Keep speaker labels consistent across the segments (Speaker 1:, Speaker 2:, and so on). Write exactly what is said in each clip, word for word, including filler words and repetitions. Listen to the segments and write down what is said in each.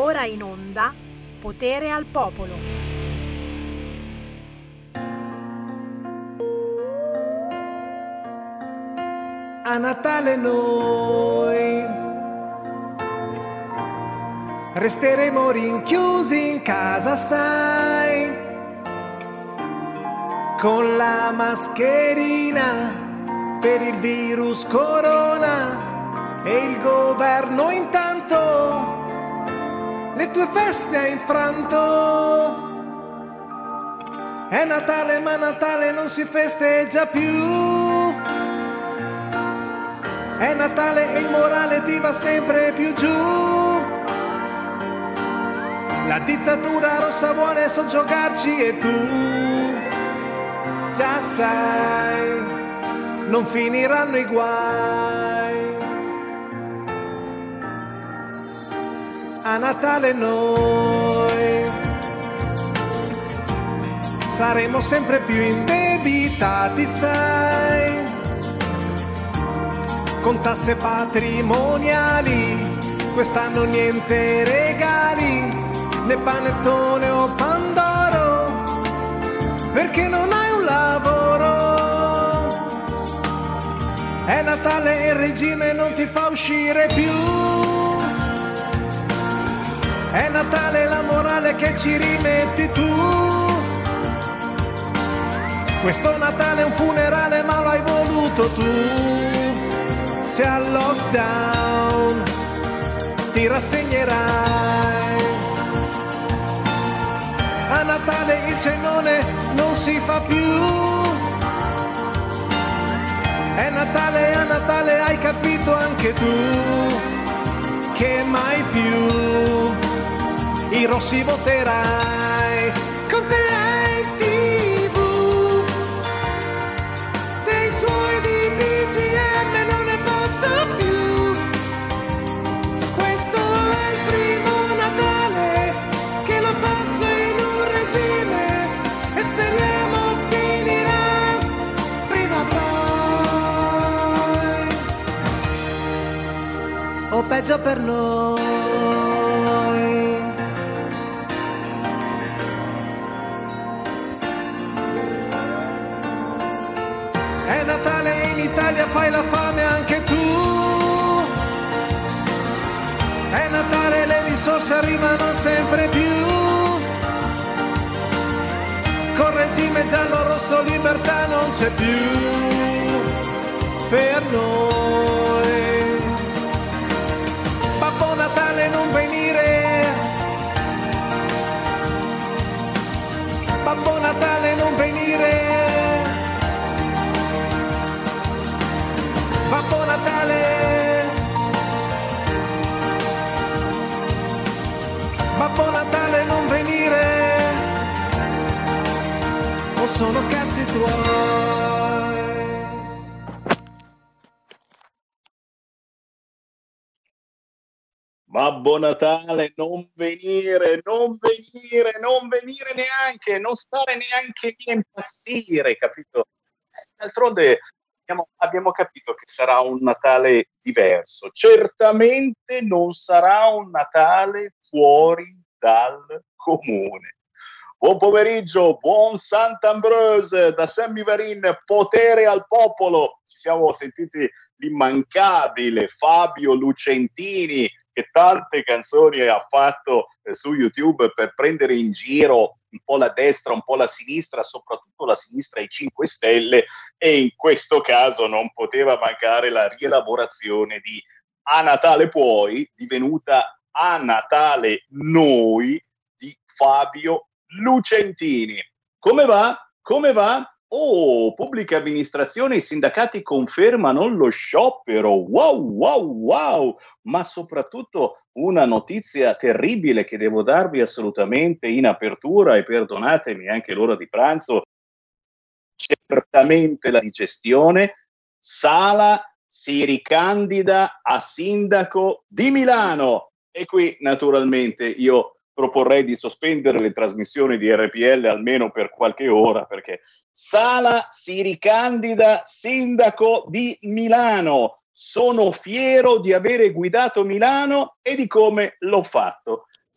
Speaker 1: ora in onda Potere al Popolo.
Speaker 2: A Natale noi resteremo rinchiusi in casa, sai, con la mascherina per il virus corona, e il governo intanto le tue feste ha infranto. È Natale ma Natale non si festeggia più. È Natale e il morale ti va sempre più giù. La dittatura rossa vuole soggiogarci e tu già sai, non finiranno i guai. A Natale noi saremo sempre più indebitati, sai, con tasse patrimoniali, quest'anno niente regali, né panettone o pandoro, perché non hai un lavoro. È Natale e il regime non ti fa uscire più. È Natale la morale che ci rimetti tu. Questo Natale è un funerale ma lo hai voluto tu. Se al lockdown ti rassegnerai, a Natale il cenone non si fa più. È Natale, a Natale hai capito anche tu che mai più i rossi voterai. Con te hai tivù, dei suoi di B G M non ne posso più. Questo è il primo Natale che lo passo in un regime e speriamo finirà prima o poi, o peggio per noi. È Natale in Italia, fai la fame anche tu. È Natale, le risorse arrivano sempre più. Con regime giallo-rosso libertà non c'è più per noi. Babbo Natale non venire, Babbo Natale non venire. Babbo Natale, Babbo Natale non venire, o sono cazzi tuoi.
Speaker 3: Babbo Natale non venire, non venire, non venire neanche, non stare neanche lì a impazzire, capito? D'altronde Abbiamo, abbiamo capito che sarà un Natale diverso. Certamente non sarà un Natale fuori dal comune. Buon pomeriggio, buon Sant'Ambrose da Sammy Varin, Potere al Popolo. Ci siamo sentiti l'immancabile Fabio Lucentini, che tante canzoni ha fatto eh, su YouTube per prendere in giro un po' la destra, un po' la sinistra, soprattutto la sinistra ai cinque Stelle, e in questo caso non poteva mancare la rielaborazione di A Natale Puoi, divenuta A Natale Noi, di Fabio Lucentini. Come va? Come va? Oh, pubblica amministrazione e sindacati confermano lo sciopero. Wow, wow, wow! Ma soprattutto una notizia terribile che devo darvi assolutamente in apertura, e perdonatemi anche l'ora di pranzo, certamente la digestione. Sala si ricandida a sindaco di Milano, e qui naturalmente io proporrei di sospendere le trasmissioni di R P L almeno per qualche ora, perché Sala si ricandida sindaco di Milano. Sono fiero di avere guidato Milano e di come l'ho fatto.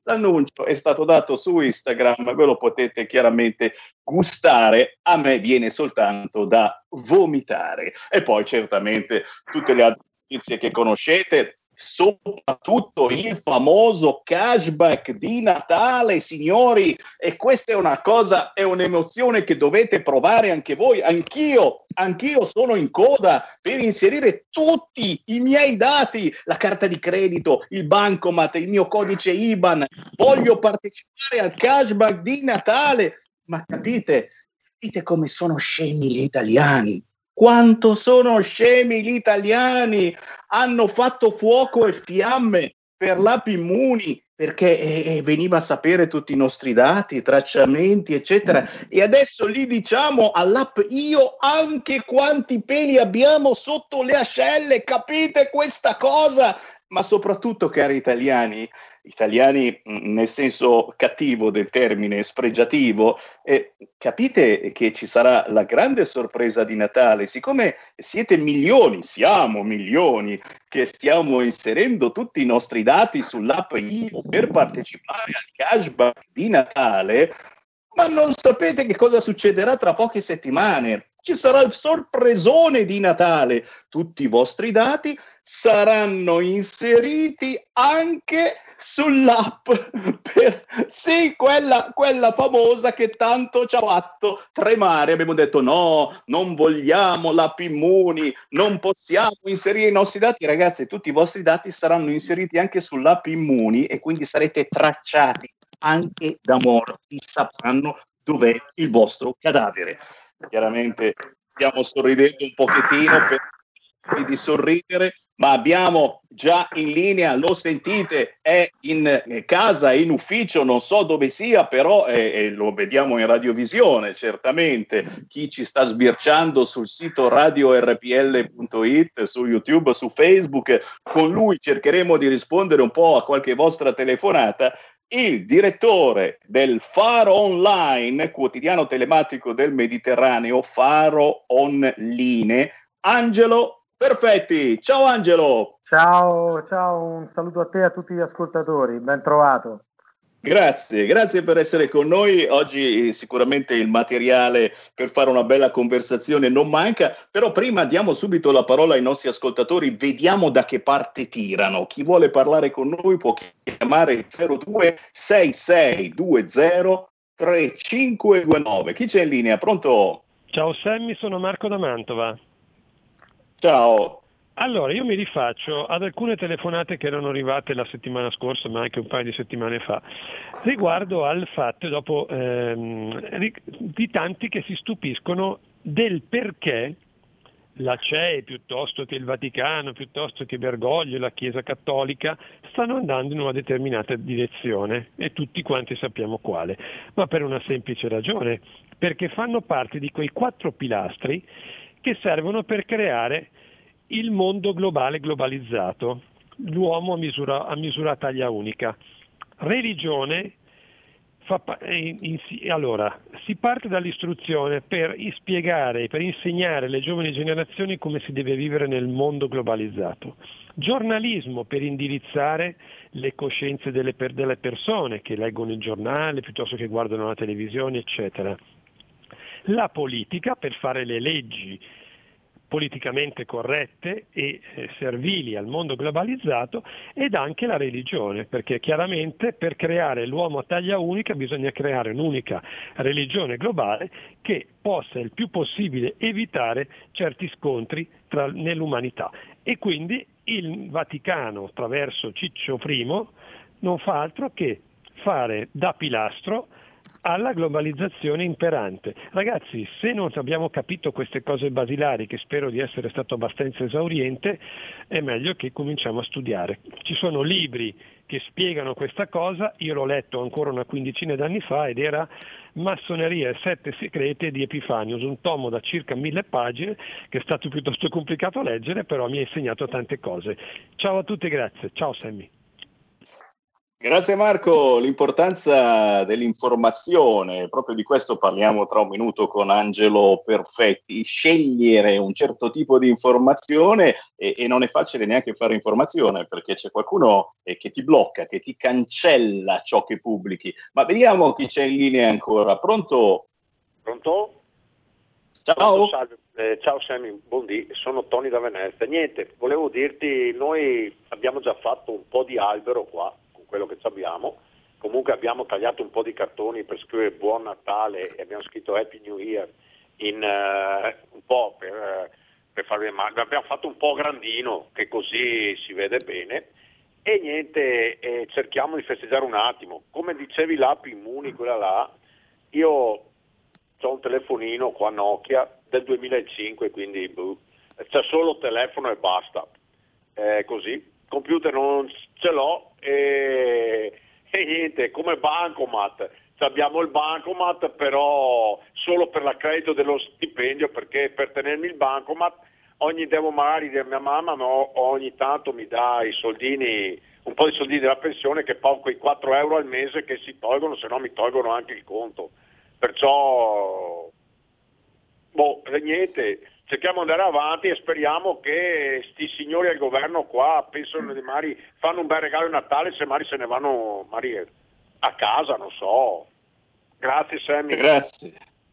Speaker 3: L'annuncio è stato dato su Instagram, ve lo potete chiaramente gustare, a me viene soltanto da vomitare. E poi certamente tutte le altre notizie che conoscete, soprattutto il famoso cashback di Natale, signori, e questa è una cosa, è un'emozione che dovete provare anche voi. Anch'io, anch'io sono in coda per inserire tutti i miei dati, la carta di credito, il bancomat, il mio codice I B A N. Voglio partecipare al cashback di Natale, ma capite, capite come sono scemi gli italiani? Quanto sono scemi gli italiani! Hanno fatto fuoco e fiamme per l'app Immuni perché eh, veniva a sapere tutti i nostri dati, tracciamenti, eccetera. E adesso gli diciamo all'app Io anche quanti peli abbiamo sotto le ascelle. Capite questa cosa? Ma soprattutto, cari italiani, italiani nel senso cattivo del termine, spregiativo, eh, capite che ci sarà la grande sorpresa di Natale, siccome siete milioni, siamo milioni, che stiamo inserendo tutti i nostri dati sull'app Io per partecipare al cashback di Natale, ma non sapete che cosa succederà tra poche settimane. Ci sarà il sorpresone di Natale, tutti i vostri dati saranno inseriti anche sull'app per, sì, quella, quella famosa che tanto ci ha fatto tremare. Abbiamo detto no, non vogliamo l'app Immuni, non possiamo inserire i nostri dati. Ragazzi, tutti i vostri dati saranno inseriti anche sull'app Immuni e quindi sarete tracciati anche da morti, sapranno dov'è il vostro cadavere. Chiaramente stiamo sorridendo un pochettino per di sorridere, ma abbiamo già in linea, lo sentite, è in casa, in ufficio, non so dove sia, però eh, eh, lo vediamo in radiovisione, certamente, chi ci sta sbirciando sul sito radio R P L punto it, su YouTube, su Facebook, con lui cercheremo di rispondere un po' a qualche vostra telefonata. Il direttore del Faro Online, quotidiano telematico del Mediterraneo, Faro Online, Angelo Perfetti. Ciao Angelo.
Speaker 4: Ciao, ciao, un saluto a te e a tutti gli ascoltatori, ben trovato.
Speaker 3: Grazie, grazie per essere con noi. Oggi sicuramente il materiale per fare una bella conversazione non manca, però prima diamo subito la parola ai nostri ascoltatori, vediamo da che parte tirano. Chi vuole parlare con noi può chiamare il zero due sei sei due zero tre cinque due nove. Chi c'è in linea? Pronto?
Speaker 5: Ciao Sammy, sono Marco da Mantova.
Speaker 3: Ciao.
Speaker 5: Allora, io mi rifaccio ad alcune telefonate che erano arrivate la settimana scorsa, ma anche un paio di settimane fa, riguardo al fatto, dopo ehm, di tanti che si stupiscono del perché la C E I, piuttosto che il Vaticano, piuttosto che Bergoglio, la Chiesa Cattolica, stanno andando in una determinata direzione, e tutti quanti sappiamo quale, ma per una semplice ragione, perché fanno parte di quei quattro pilastri che servono per creare il mondo globale globalizzato, l'uomo a misura, a misura taglia unica. Religione, fa, in, in, allora, si parte dall'istruzione per spiegare, per insegnare alle giovani generazioni come si deve vivere nel mondo globalizzato. Giornalismo per indirizzare le coscienze delle, per, delle persone che leggono il giornale, piuttosto che guardano la televisione, eccetera. La politica per fare le leggi politicamente corrette e eh, servili al mondo globalizzato, ed anche la religione, perché chiaramente per creare l'uomo a taglia unica bisogna creare un'unica religione globale che possa il più possibile evitare certi scontri tra, nell'umanità. E quindi il Vaticano, attraverso Ciccio primo, non fa altro che fare da pilastro alla globalizzazione imperante. Ragazzi, se non abbiamo capito queste cose basilari, che spero di essere stato abbastanza esauriente, è meglio che cominciamo a studiare. Ci sono libri che spiegano questa cosa, io l'ho letto ancora una quindicina d'anni fa ed era Massoneria e sette segreti di Epifanius, un tomo da circa mille pagine che è stato piuttosto complicato a leggere, però mi ha insegnato tante cose. Ciao a tutti, grazie. Ciao Sammy.
Speaker 3: Grazie Marco, l'importanza dell'informazione, proprio di questo parliamo tra un minuto con Angelo Perfetti. Scegliere un certo tipo di informazione e, e non è facile neanche fare informazione, perché c'è qualcuno eh, che ti blocca, che ti cancella ciò che pubblichi. Ma vediamo chi c'è in linea ancora. Pronto?
Speaker 6: Pronto?
Speaker 3: Ciao.
Speaker 6: Pronto, salve. Eh, ciao Sammy, buondì, sono Tony da Venezia. Niente, volevo dirti, noi abbiamo già fatto un po' di albero qua, quello che abbiamo, comunque abbiamo tagliato un po' di cartoni per scrivere Buon Natale e abbiamo scritto Happy New Year in uh, un po' per, uh, per farvi male, abbiamo fatto un po' grandino che così si vede bene e niente, eh, cerchiamo di festeggiare un attimo, come dicevi l'app Immuni, quella là, io ho un telefonino qua Nokia del duemilacinque, quindi boh, c'è solo telefono e basta, eh, così. Computer non ce l'ho e, e niente, come bancomat, abbiamo il bancomat però solo per l'accredito dello stipendio, perché per tenermi il bancomat ogni devo magari dire a mia mamma, ma ogni tanto mi dà i soldini, un po' di soldini della pensione, che pago quei quattro euro al mese che si tolgono, se no mi tolgono anche il conto, perciò boh, niente, cerchiamo di andare avanti e speriamo che sti signori al governo qua pensano di magari fanno un bel regalo di Natale, se magari se ne vanno magari a casa, non so. Grazie Sammy.
Speaker 3: Grazie.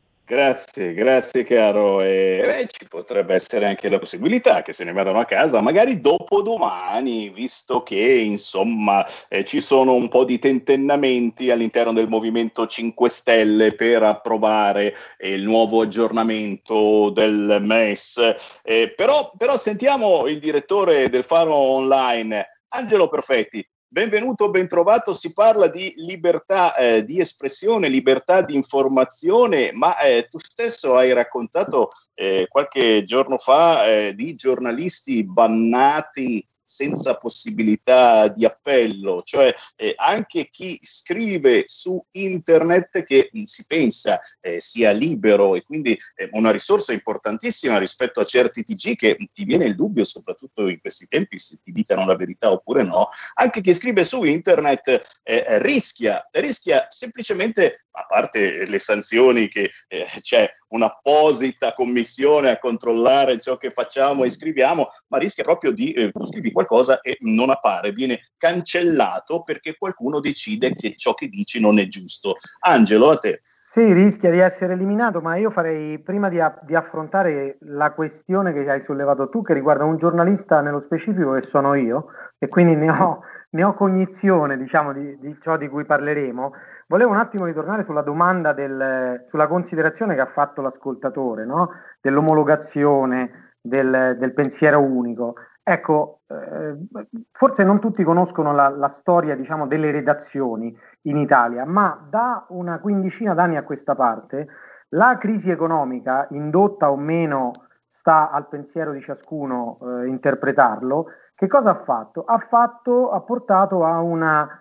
Speaker 3: Grazie, grazie caro. E, beh, ci potrebbe essere anche la possibilità che se ne vadano a casa magari dopodomani, visto che insomma eh, ci sono un po' di tentennamenti all'interno del Movimento cinque Stelle per approvare eh, il nuovo aggiornamento del M E S. Eh, però, però sentiamo il direttore del Faro Online, Angelo Perfetti. Benvenuto, ben trovato. Si parla di libertà eh, di espressione, libertà di informazione, ma eh, tu stesso hai raccontato eh, qualche giorno fa eh, di giornalisti bannati senza possibilità di appello, cioè eh, anche chi scrive su internet che mh, si pensa eh, sia libero e quindi eh, una risorsa importantissima rispetto a certi T G che mh, ti viene il dubbio, soprattutto in questi tempi, se ti dicano la verità oppure no, anche chi scrive su internet eh, rischia, rischia semplicemente, a parte le sanzioni che eh, c'è un'apposita commissione a controllare ciò che facciamo e scriviamo, ma rischia proprio di, eh, tu scrivi qualcosa e non appare, viene cancellato perché qualcuno decide che ciò che dici non è giusto. Angelo, a te.
Speaker 4: Sì, rischia di essere eliminato, ma io farei, prima di, a- di affrontare la questione che hai sollevato tu, che riguarda un giornalista nello specifico che sono io, e quindi ne ho, ne ho cognizione, diciamo, di, di ciò di cui parleremo. Volevo un attimo ritornare sulla domanda, del, sulla considerazione che ha fatto l'ascoltatore, no? Dell'omologazione, del, del pensiero unico. Ecco, eh, forse non tutti conoscono la, la storia, diciamo, delle redazioni in Italia, ma da una quindicina d'anni a questa parte la crisi economica, indotta o meno, sta al pensiero di ciascuno eh, interpretarlo. Che cosa ha fatto? Ha fatto, ha portato a una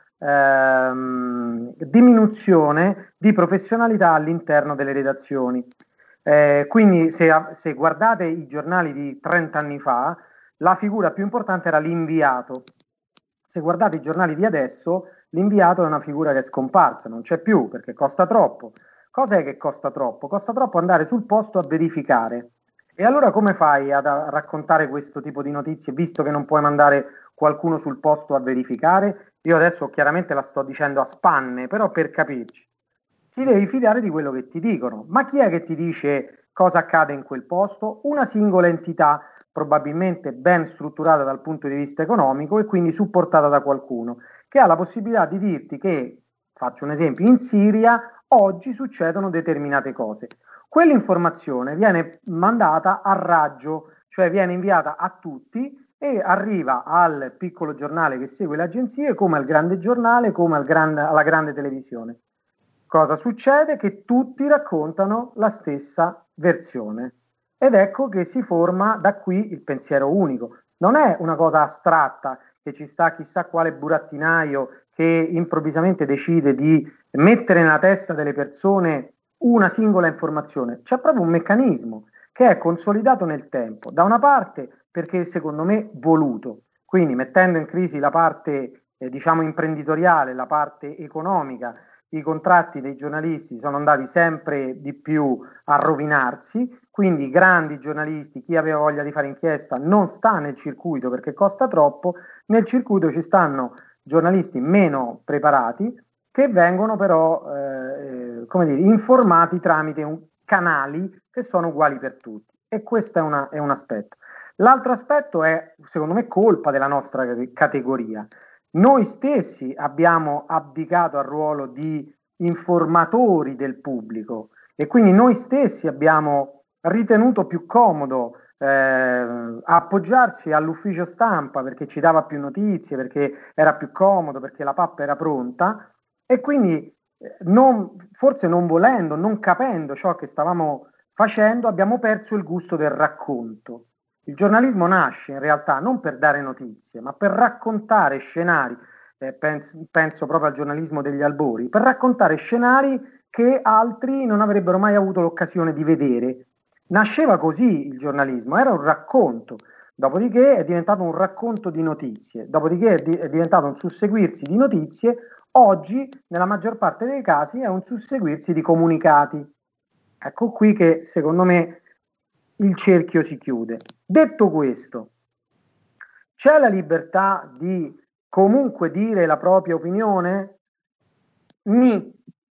Speaker 4: ehm, diminuzione di professionalità all'interno delle redazioni. Eh, quindi se, se guardate i giornali di trenta anni fa, la figura più importante era l'inviato. Se guardate i giornali di adesso, l'inviato è una figura che è scomparsa, non c'è più perché costa troppo. Cos'è che costa troppo? Costa troppo andare sul posto a verificare. E allora come fai ad, a raccontare questo tipo di notizie, visto che non puoi mandare qualcuno sul posto a verificare? Io adesso chiaramente la sto dicendo a spanne, però per capirci. Ti devi fidare di quello che ti dicono. Ma chi è che ti dice cosa accade in quel posto? Una singola entità, probabilmente ben strutturata dal punto di vista economico e quindi supportata da qualcuno, che ha la possibilità di dirti che, faccio un esempio, in Siria oggi succedono determinate cose. Quell'informazione viene mandata a raggio, cioè viene inviata a tutti e arriva al piccolo giornale che segue le agenzie, come al grande giornale, come al grande, alla grande televisione. Cosa succede? Che tutti raccontano la stessa versione. Ed ecco che si forma da qui il pensiero unico. Non è una cosa astratta che ci sta chissà quale burattinaio che improvvisamente decide di mettere nella testa delle persone una singola informazione. C'è proprio un meccanismo che è consolidato nel tempo. Da una parte perché secondo me voluto, quindi mettendo in crisi la parte eh, diciamo imprenditoriale, la parte economica, i contratti dei giornalisti sono andati sempre di più a rovinarsi, quindi grandi giornalisti, chi aveva voglia di fare inchiesta non sta nel circuito perché costa troppo, nel circuito ci stanno giornalisti meno preparati che vengono però eh, come dire, informati tramite un, canali che sono uguali per tutti, e questo è, una, è un aspetto. L'altro aspetto è, secondo me, colpa della nostra categoria. Noi stessi abbiamo abdicato al ruolo di informatori del pubblico e quindi noi stessi abbiamo ritenuto più comodo eh, appoggiarsi all'ufficio stampa perché ci dava più notizie, perché era più comodo, perché la pappa era pronta, e quindi non, forse non volendo, non capendo ciò che stavamo facendo, abbiamo perso il gusto del racconto. Il giornalismo nasce in realtà non per dare notizie, ma per raccontare scenari, eh, penso, penso proprio al giornalismo degli albori, per raccontare scenari che altri non avrebbero mai avuto l'occasione di vedere. Nasceva così il giornalismo, era un racconto, dopodiché è diventato un racconto di notizie, dopodiché è, di, è diventato un susseguirsi di notizie, oggi nella maggior parte dei casi è un susseguirsi di comunicati. Ecco qui che secondo me il cerchio si chiude. Detto questo, c'è la libertà di comunque dire la propria opinione? Ni,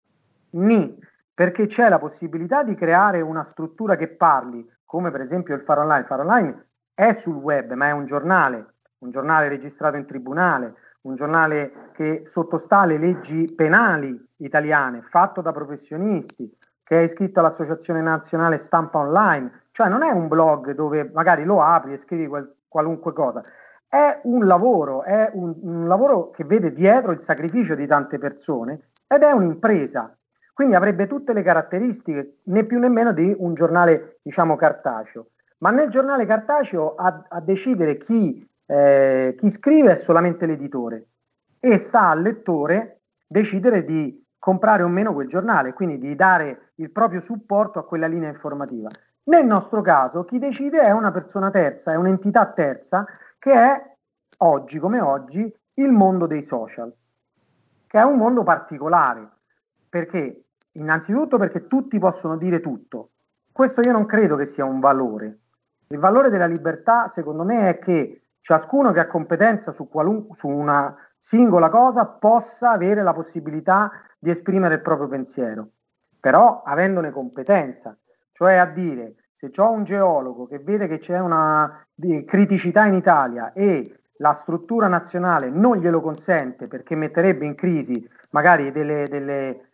Speaker 4: ni, perché c'è la possibilità di creare una struttura che parli, come per esempio il Faro Online. Il Faro Online è sul web, ma è un giornale, un giornale registrato in tribunale, un giornale che sottostà alle leggi penali italiane, fatto da professionisti, che è iscritto all'Associazione Nazionale Stampa Online, cioè non è un blog dove magari lo apri e scrivi qual- qualunque cosa, è un lavoro, è un, un lavoro che vede dietro il sacrificio di tante persone ed è un'impresa, quindi avrebbe tutte le caratteristiche, né più né meno di un giornale, diciamo, cartaceo, ma nel giornale cartaceo a, a decidere chi, eh, chi scrive è solamente l'editore e sta al lettore decidere di comprare o meno quel giornale, quindi di dare il proprio supporto a quella linea informativa. Nel nostro caso chi decide è una persona terza, è un'entità terza che è oggi come oggi il mondo dei social, che è un mondo particolare, perché innanzitutto perché tutti possono dire tutto. Questo io non credo che sia un valore. Il valore della libertà secondo me è che ciascuno che ha competenza su, qualun- su una singola cosa possa avere la possibilità di esprimere il proprio pensiero, però avendone competenza, cioè a dire, se ho un geologo che vede che c'è una criticità in Italia e la struttura nazionale non glielo consente perché metterebbe in crisi magari delle, delle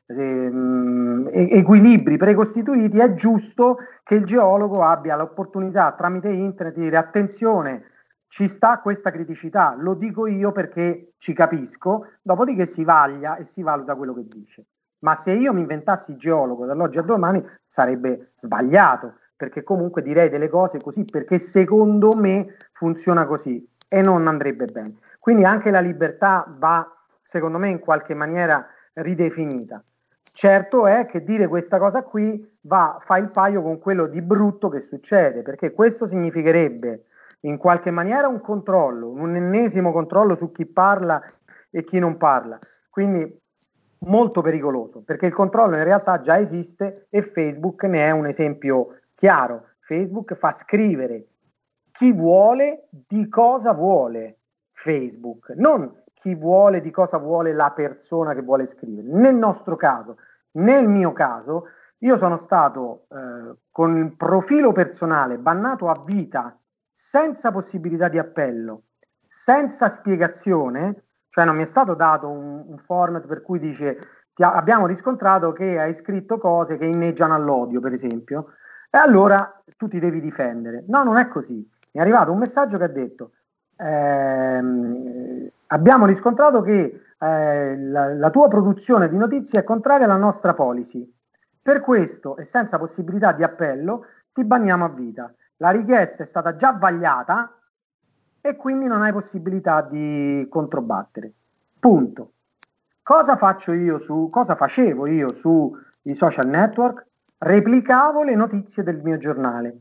Speaker 4: ehm, equilibri precostituiti, è giusto che il geologo abbia l'opportunità tramite internet di dire attenzione, ci sta questa criticità, lo dico io perché ci capisco, dopodiché si vaglia e si valuta quello che dice. Ma se io mi inventassi geologo dall'oggi a domani sarebbe sbagliato, perché comunque direi delle cose così, perché secondo me funziona così e non andrebbe bene. Quindi anche la libertà va, secondo me, in qualche maniera ridefinita. Certo è che dire questa cosa qui va, fa il paio con quello di brutto che succede, perché questo significherebbe in qualche maniera un controllo, un ennesimo controllo su chi parla e chi non parla, quindi molto pericoloso, perché il controllo in realtà già esiste e Facebook ne è un esempio chiaro. Facebook fa scrivere chi vuole di cosa vuole Facebook, non chi vuole di cosa vuole la persona che vuole scrivere. Nel nostro caso, nel mio caso, io sono stato eh, con il profilo personale bannato a vita, senza possibilità di appello, senza spiegazione, cioè non mi è stato dato un, un format per cui dice ti ha, abbiamo riscontrato che hai scritto cose che inneggiano all'odio, per esempio, e allora tu ti devi difendere. No, non è così. Mi è arrivato un messaggio che ha detto ehm, abbiamo riscontrato che eh, la, la tua produzione di notizie è contraria alla nostra policy. Per questo, e senza possibilità di appello, ti banniamo a vita. La richiesta è stata già vagliata e quindi non hai possibilità di controbattere. Punto. Cosa faccio io su, cosa facevo io sui social network? Replicavo le notizie del mio giornale.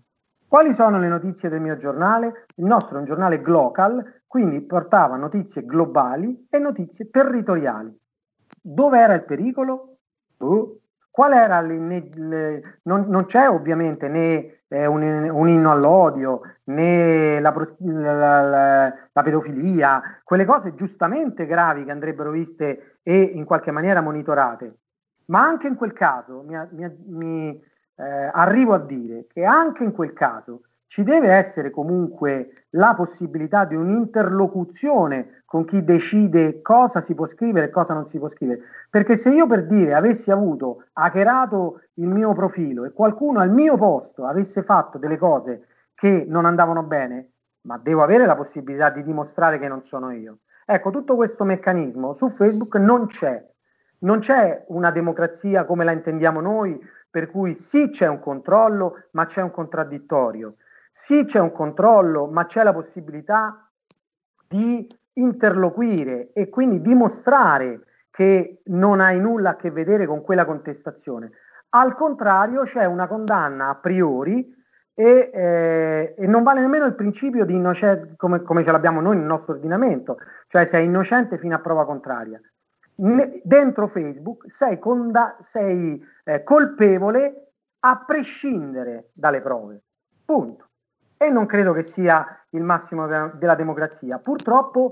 Speaker 4: Quali sono le notizie del mio giornale? Il nostro è un giornale glocal, quindi portava notizie globali e notizie territoriali. Dove era il pericolo? Uh. Qual era le, le, le, non, non c'è ovviamente né eh, un, un inno all'odio, né la, la, la, la pedofilia, quelle cose giustamente gravi che andrebbero viste e in qualche maniera monitorate. Ma anche in quel caso mi, mi, mi eh, arrivo a dire che anche in quel caso ci deve essere comunque la possibilità di un'interlocuzione con chi decide cosa si può scrivere e cosa non si può scrivere, perché se io per dire avessi avuto hackerato il mio profilo e qualcuno al mio posto avesse fatto delle cose che non andavano bene, ma devo avere la possibilità di dimostrare che non sono io. Ecco, tutto questo meccanismo su Facebook non c'è. Non c'è una democrazia come la intendiamo noi, per cui sì c'è un controllo, ma c'è un contraddittorio. Sì c'è un controllo, ma c'è la possibilità di interloquire e quindi dimostrare che non hai nulla a che vedere con quella contestazione. Al contrario c'è una condanna a priori e, eh, e non vale nemmeno il principio di innocenza come, come ce l'abbiamo noi nel nostro ordinamento, cioè sei innocente fino a prova contraria. Dentro Facebook sei, conda- sei eh, colpevole a prescindere dalle prove, punto. E non credo che sia il massimo de- della democrazia. Purtroppo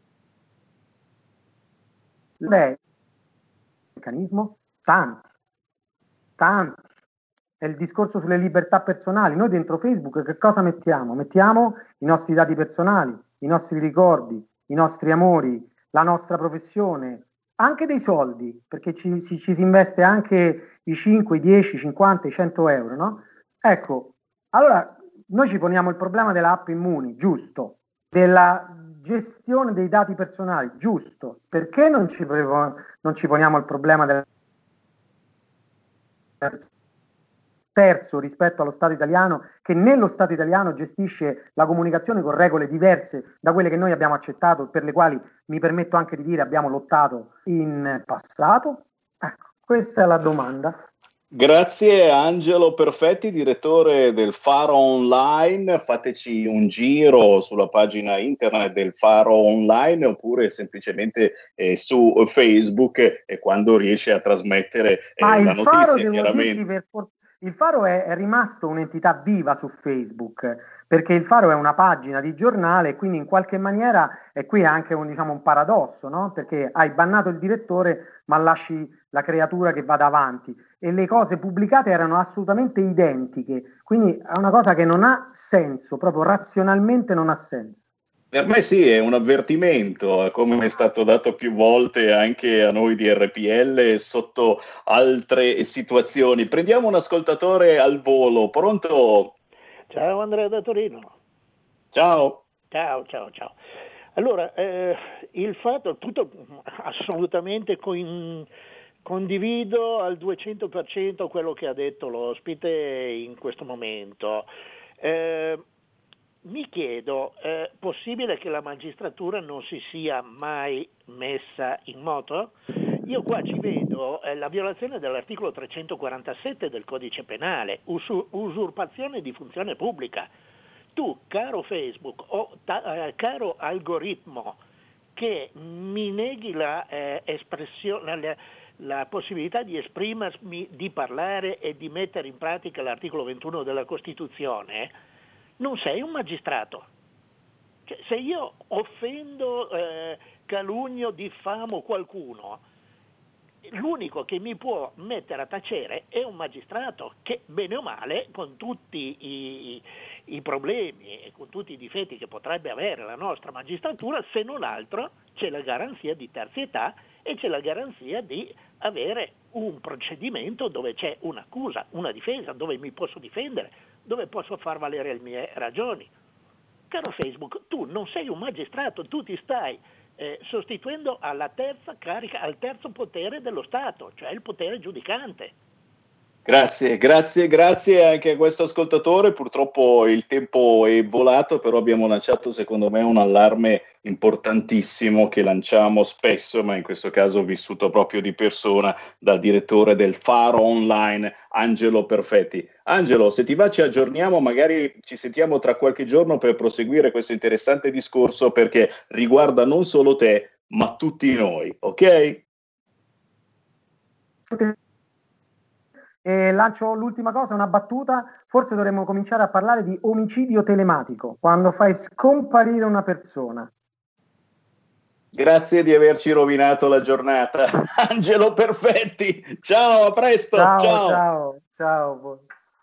Speaker 4: è il meccanismo tanti, tanti. È il discorso sulle libertà personali. Noi dentro Facebook che cosa mettiamo? Mettiamo i nostri dati personali, i nostri ricordi, i nostri amori, la nostra professione, anche dei soldi, perché ci, ci, ci si investe anche i cinque, i dieci, i cinquanta, i cento euro, no? Ecco, allora noi ci poniamo il problema dell'app Immuni, giusto, della gestione dei dati personali, giusto, perché non ci, non ci poniamo il problema del terzo rispetto allo Stato italiano, che nello Stato italiano gestisce la comunicazione con regole diverse da quelle che noi abbiamo accettato, per le quali mi permetto anche di dire abbiamo lottato in passato? Ecco, questa è la domanda.
Speaker 3: Grazie Angelo Perfetti, direttore del Faro Online. Fateci un giro sulla pagina internet del Faro Online oppure semplicemente eh, su Facebook e eh, quando riesce a trasmettere eh,
Speaker 4: Ma
Speaker 3: la
Speaker 4: il Faro,
Speaker 3: notizia,
Speaker 4: devo
Speaker 3: chiaramente.
Speaker 4: dirti, per for- il Faro è, è rimasto un'entità viva su Facebook, perché il Faro è una pagina di giornale, quindi in qualche maniera, e qui è anche un, diciamo, un paradosso, no? Perché hai bannato il direttore ma lasci la creatura che vada avanti, e le cose pubblicate erano assolutamente identiche, quindi è una cosa che non ha senso, proprio razionalmente non ha senso.
Speaker 3: Per me sì, è un avvertimento, come è stato dato più volte anche a noi di R P L sotto altre situazioni. Prendiamo un ascoltatore al volo, pronto?
Speaker 7: Ciao Andrea da Torino.
Speaker 3: Ciao.
Speaker 7: Ciao, ciao, ciao. Allora, eh, il fatto, tutto assolutamente con, condivido al duecento per cento quello che ha detto l'ospite in questo momento. Eh, Mi chiedo, è possibile che la magistratura non si sia mai messa in moto? Io qua ci vedo eh, la violazione dell'articolo trecentoquarantasette del codice penale, usur- usurpazione di funzione pubblica. Tu, caro Facebook o ta- eh, caro algoritmo, che mi neghi la, eh, espressione, la, la possibilità di esprimermi, di parlare e di mettere in pratica l'articolo ventuno della Costituzione, non sei un magistrato. Cioè, se io offendo, eh, calunnio, diffamo qualcuno, l'unico che mi può mettere a tacere è un magistrato che, bene o male, con tutti i, i problemi e con tutti i difetti che potrebbe avere la nostra magistratura, se non altro c'è la garanzia di terzietà e c'è la garanzia di avere un procedimento dove c'è un'accusa, una difesa, dove mi posso difendere, dove posso far valere le mie ragioni. Caro Facebook, tu non sei un magistrato, tu ti stai eh, sostituendo alla terza carica, al terzo potere dello Stato, cioè il potere giudicante.
Speaker 3: Grazie, grazie, grazie anche a questo ascoltatore. Purtroppo il tempo è volato, però abbiamo lanciato secondo me un allarme importantissimo che lanciamo spesso, ma in questo caso vissuto proprio di persona dal direttore del Faro Online, Angelo Perfetti. Angelo, se ti va ci aggiorniamo, magari ci sentiamo tra qualche giorno per proseguire questo interessante discorso, perché riguarda non solo te, ma tutti noi, ok?
Speaker 4: E lancio l'ultima cosa, una battuta. Forse dovremmo cominciare a parlare di omicidio telematico, quando fai scomparire una persona.
Speaker 3: Grazie di averci rovinato la giornata, Angelo Perfetti. Ciao, a presto.
Speaker 4: Ciao,
Speaker 3: ciao.
Speaker 4: ciao, ciao.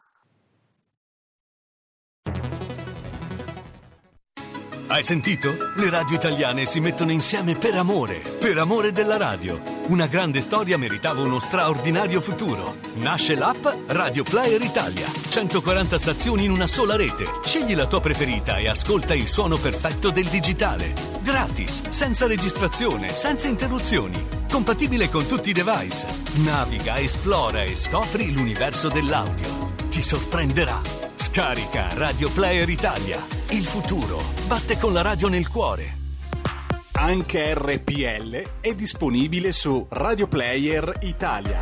Speaker 8: Hai sentito? Le radio italiane si mettono insieme per amore, per amore della radio. Una grande storia meritava uno straordinario futuro. Nasce l'app Radio Player Italia. centoquaranta stazioni in una sola rete. Scegli la tua preferita e ascolta il suono perfetto del digitale. Gratis, senza registrazione, senza interruzioni. Compatibile con tutti i device. Naviga, esplora e scopri l'universo dell'audio. Ti sorprenderà. Scarica Radio Player Italia. Il futuro batte con la radio nel cuore.
Speaker 9: Anche R P L è disponibile su Radio Player Italia.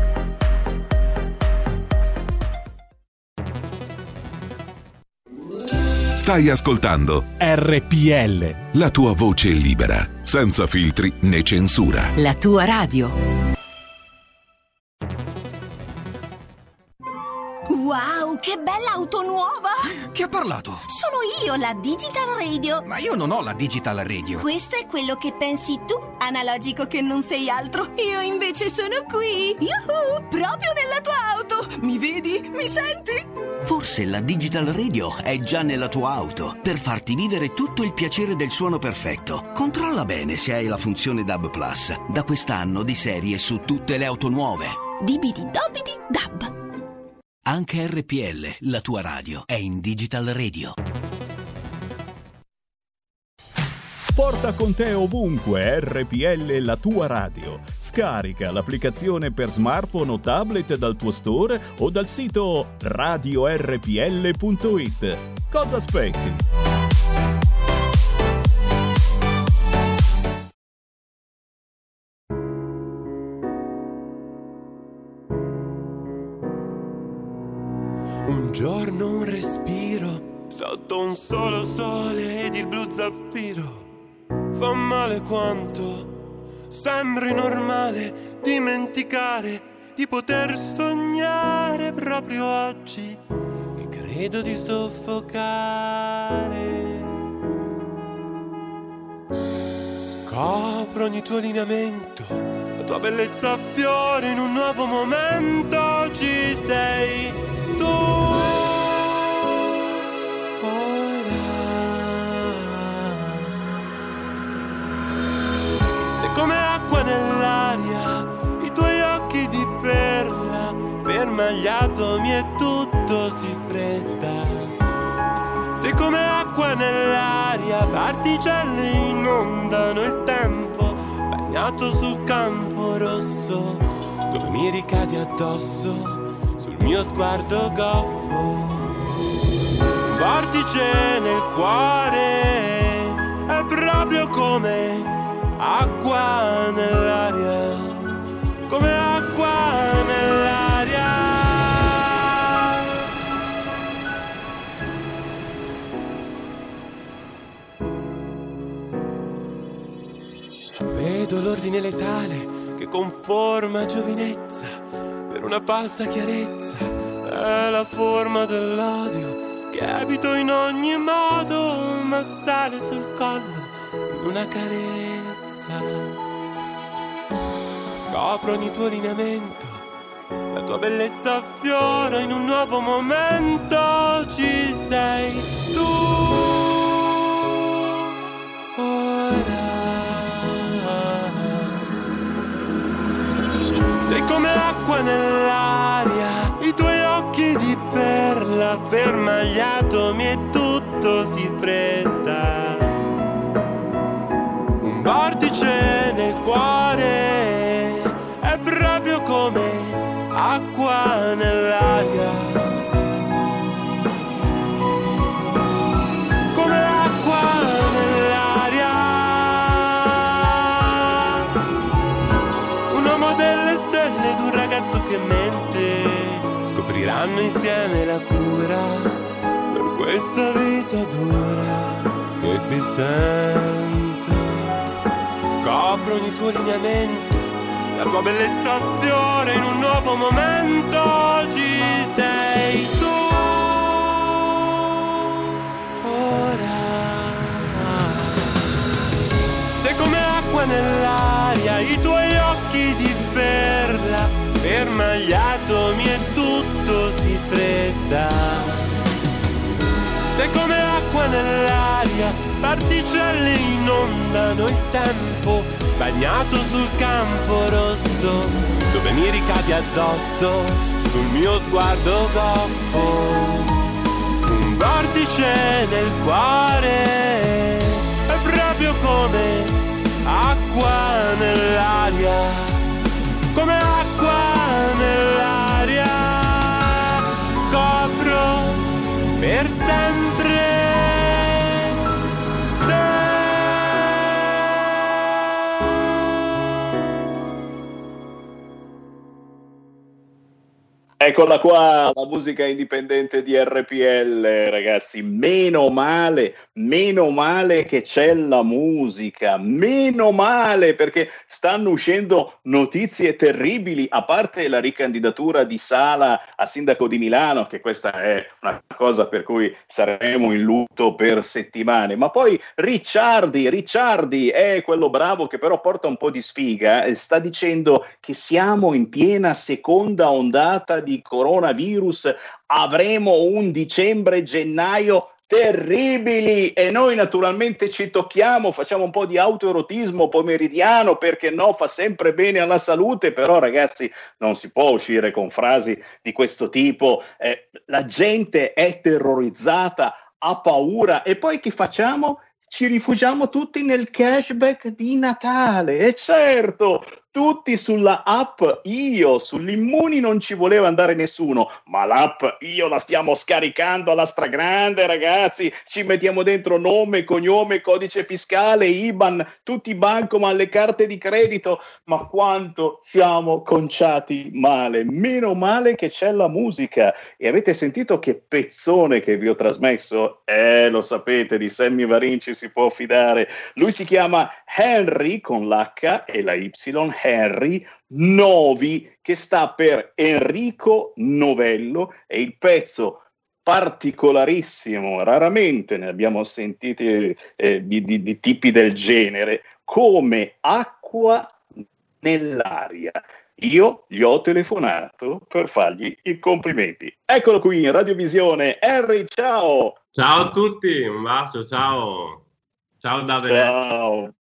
Speaker 10: Stai ascoltando
Speaker 9: R P L,
Speaker 10: la tua voce libera, senza filtri né censura.
Speaker 11: La tua radio.
Speaker 12: Wow, che bella auto nuova!
Speaker 13: Chi ha parlato?
Speaker 12: Sono io, la Digital Radio.
Speaker 13: Ma io non ho la Digital Radio.
Speaker 12: Questo è quello che pensi tu, analogico che non sei altro. Io invece sono qui, yuhu, proprio nella tua auto. Mi vedi? Mi senti?
Speaker 13: Forse la Digital Radio è già nella tua auto per farti vivere tutto il piacere del suono perfetto. Controlla bene se hai la funzione D A B Plus. Da quest'anno di serie su tutte le auto nuove.
Speaker 12: Dibidi dobidi dab.
Speaker 13: Anche R P L, la tua radio, è in Digital Radio.
Speaker 14: Porta con te ovunque R P L, la tua radio. Scarica l'applicazione per smartphone o tablet dal tuo store o dal sito radio r p l punto i t. Cosa aspetti?
Speaker 15: Un giorno un respiro sotto un solo sole ed il blu zaffiro fa male quanto sembri normale dimenticare di poter sognare proprio oggi che credo di soffocare. Scopro ogni tuo lineamento, la tua bellezza a fiore in un nuovo momento. Oggi sei tu. Sei come acqua nell'aria, i tuoi occhi di perla, permagliatomi e tutto si fredda. Sei come acqua nell'aria, particelle inondano il tempo, bagnato sul campo rosso, dove mi ricadi addosso. Sul mio sguardo goffo, un vortice nel cuore, è proprio come acqua nell'aria, come acqua nell'aria. Vedo l'ordine letale che conforma giovinezza per una falsa chiarezza, è la forma dell'odio che evito in ogni modo, ma sale sul collo in una carezza. Scopro ogni tuo lineamento, la tua bellezza affiora in un nuovo momento. Ci sei tu ora. Sei come acqua nell'aria, i tuoi occhi di perla, vermagliatomi e tutto si fredda. Un vortice nel cuore, è proprio come acqua nell'aria. hanno insieme la cura per questa vita dura che si sente. Scopro ogni tuo lineamento, la tua bellezza fiore in un nuovo momento. Ci sei tu ora. Sei come acqua nell'aria, i tuoi occhi di perla, ferma gli atomi e tutto si fredda. Sei come acqua nell'aria, particelle inondano il tempo, bagnato sul campo rosso, dove mi ricadi addosso, sul mio sguardo goffo. Un vortice nel cuore, è proprio come acqua nell'aria, come acqua nell'aria. Scopro per sempre
Speaker 3: Eccola qua, la musica indipendente di R P L, ragazzi. Meno male, meno male che c'è la musica, meno male, perché stanno uscendo notizie terribili, a parte la ricandidatura di Sala a sindaco di Milano, che questa è una cosa per cui saremo in lutto per settimane, ma poi Ricciardi, Ricciardi è quello bravo che però porta un po' di sfiga, sta dicendo che siamo in piena seconda ondata di coronavirus, avremo un dicembre-gennaio terribili e noi naturalmente ci tocchiamo, facciamo un po' di autoerotismo pomeridiano, perché no, fa sempre bene alla salute, però ragazzi non si può uscire con frasi di questo tipo, eh, la gente è terrorizzata, ha paura e poi che facciamo? Ci rifugiamo tutti nel cashback di Natale, e certo, tutti sulla app Io, sull'Immuni non ci voleva andare nessuno, ma l'app Io la stiamo scaricando alla stragrande, ragazzi, ci mettiamo dentro nome, cognome, codice fiscale, I B A N, tutti i bancomat, le carte di credito, ma quanto siamo conciati male, meno male che c'è la musica. E avete sentito che pezzone che vi ho trasmesso? Eh, lo sapete, di Sammy Varin ci si può fidare, lui si chiama Henry con l'H e la Y, Henry Novi, che sta per Enrico Novello, e il pezzo particolarissimo, raramente ne abbiamo sentiti eh, di, di, di tipi del genere, come acqua nell'aria. Io gli ho telefonato per fargli i complimenti. Eccolo qui in radiovisione. Henry, ciao!
Speaker 11: Ciao a tutti, un bacio, ciao! Ciao Davide!
Speaker 3: Ciao!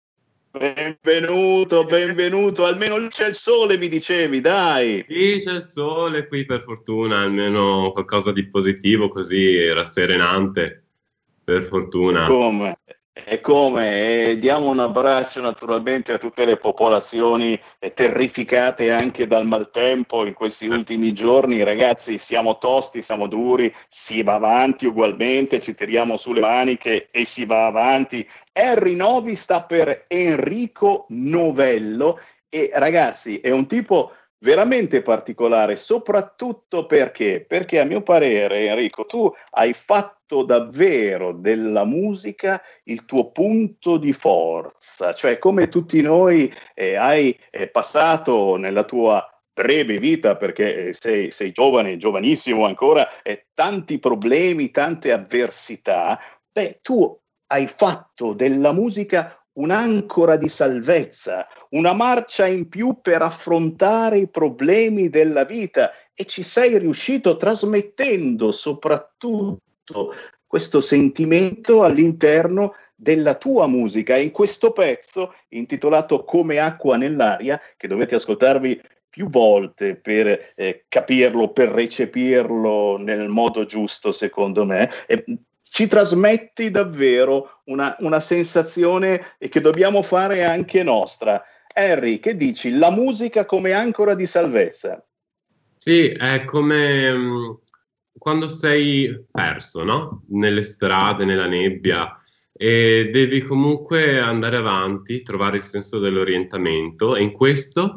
Speaker 3: Benvenuto, benvenuto, almeno c'è il sole, mi dicevi, dai.
Speaker 11: Sì, c'è il sole qui, per fortuna, almeno qualcosa di positivo, così rasserenante, per fortuna.
Speaker 3: Come? E come? E diamo un abbraccio naturalmente a tutte le popolazioni eh, terrificate anche dal maltempo in questi ultimi giorni. Ragazzi, siamo tosti, siamo duri, si va avanti ugualmente, ci tiriamo sulle maniche e si va avanti. Henry Novi sta per Enrico Novello e ragazzi è un tipo veramente particolare, soprattutto perché, perché a mio parere, Enrico, tu hai fatto davvero della musica il tuo punto di forza, cioè come tutti noi eh, hai eh, passato nella tua breve vita, perché eh, sei, sei giovane, giovanissimo ancora, eh, tanti problemi, tante avversità, beh, tu hai fatto della musica un'ancora di salvezza, una marcia in più per affrontare i problemi della vita e ci sei riuscito trasmettendo soprattutto questo sentimento all'interno della tua musica. E in questo pezzo intitolato Come acqua nell'aria, che dovete ascoltarvi più volte per eh, capirlo, per recepirlo nel modo giusto, secondo me, eh, ci trasmetti davvero una, una sensazione che dobbiamo fare anche nostra. Henry, che dici? La musica come ancora di salvezza?
Speaker 11: Sì, è come um, quando sei perso, no? Nelle strade, nella nebbia, e devi comunque andare avanti, trovare il senso dell'orientamento, e in questo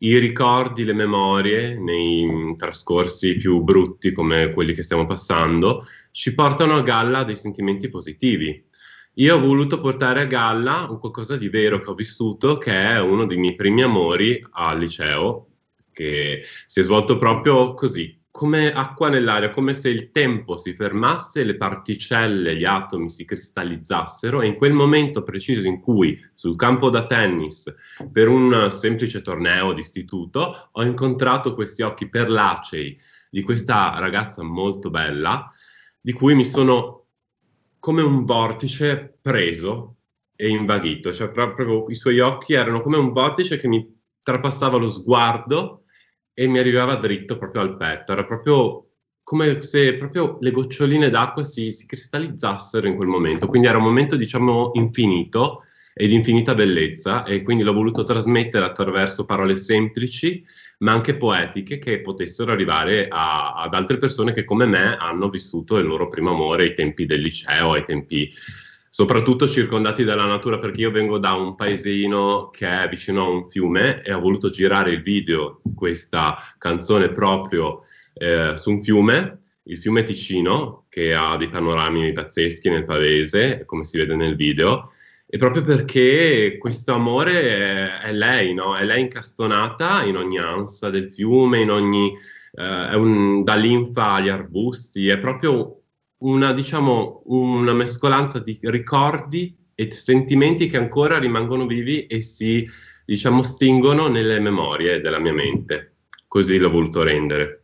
Speaker 11: i ricordi, le memorie nei trascorsi più brutti come quelli che stiamo passando ci portano a galla dei sentimenti positivi. Io ho voluto portare a galla un qualcosa di vero che ho vissuto, che è uno dei miei primi amori al liceo, che si è svolto proprio così, come acqua nell'aria, come se il tempo si fermasse, le particelle, gli atomi si cristallizzassero, e in quel momento preciso in cui sul campo da tennis, per un semplice torneo d'istituto, ho incontrato questi occhi perlacei di questa ragazza molto bella, di cui mi sono come un vortice preso e invaghito, cioè proprio i suoi occhi erano come un vortice che mi trapassava lo sguardo e mi arrivava dritto proprio al petto. Era proprio come se proprio le goccioline d'acqua si, si cristallizzassero in quel momento, quindi era un momento, diciamo, infinito e di infinita bellezza, e quindi l'ho voluto trasmettere attraverso parole semplici ma anche poetiche, che potessero arrivare a, ad altre persone che come me hanno vissuto il loro primo amore ai tempi del liceo, ai tempi soprattutto circondati dalla natura, perché io vengo da un paesino che è vicino a un fiume e ho voluto girare il video di questa canzone proprio eh, su un fiume, il fiume Ticino, che ha dei panorami pazzeschi nel Pavese, come si vede nel video, e proprio perché questo amore è, è lei, no? È lei incastonata in ogni ansa del fiume, in ogni eh, è un, da linfa agli arbusti, è proprio una, diciamo, una mescolanza di ricordi e sentimenti che ancora rimangono vivi e si, diciamo, stingono nelle memorie della mia mente. Così l'ho voluto rendere.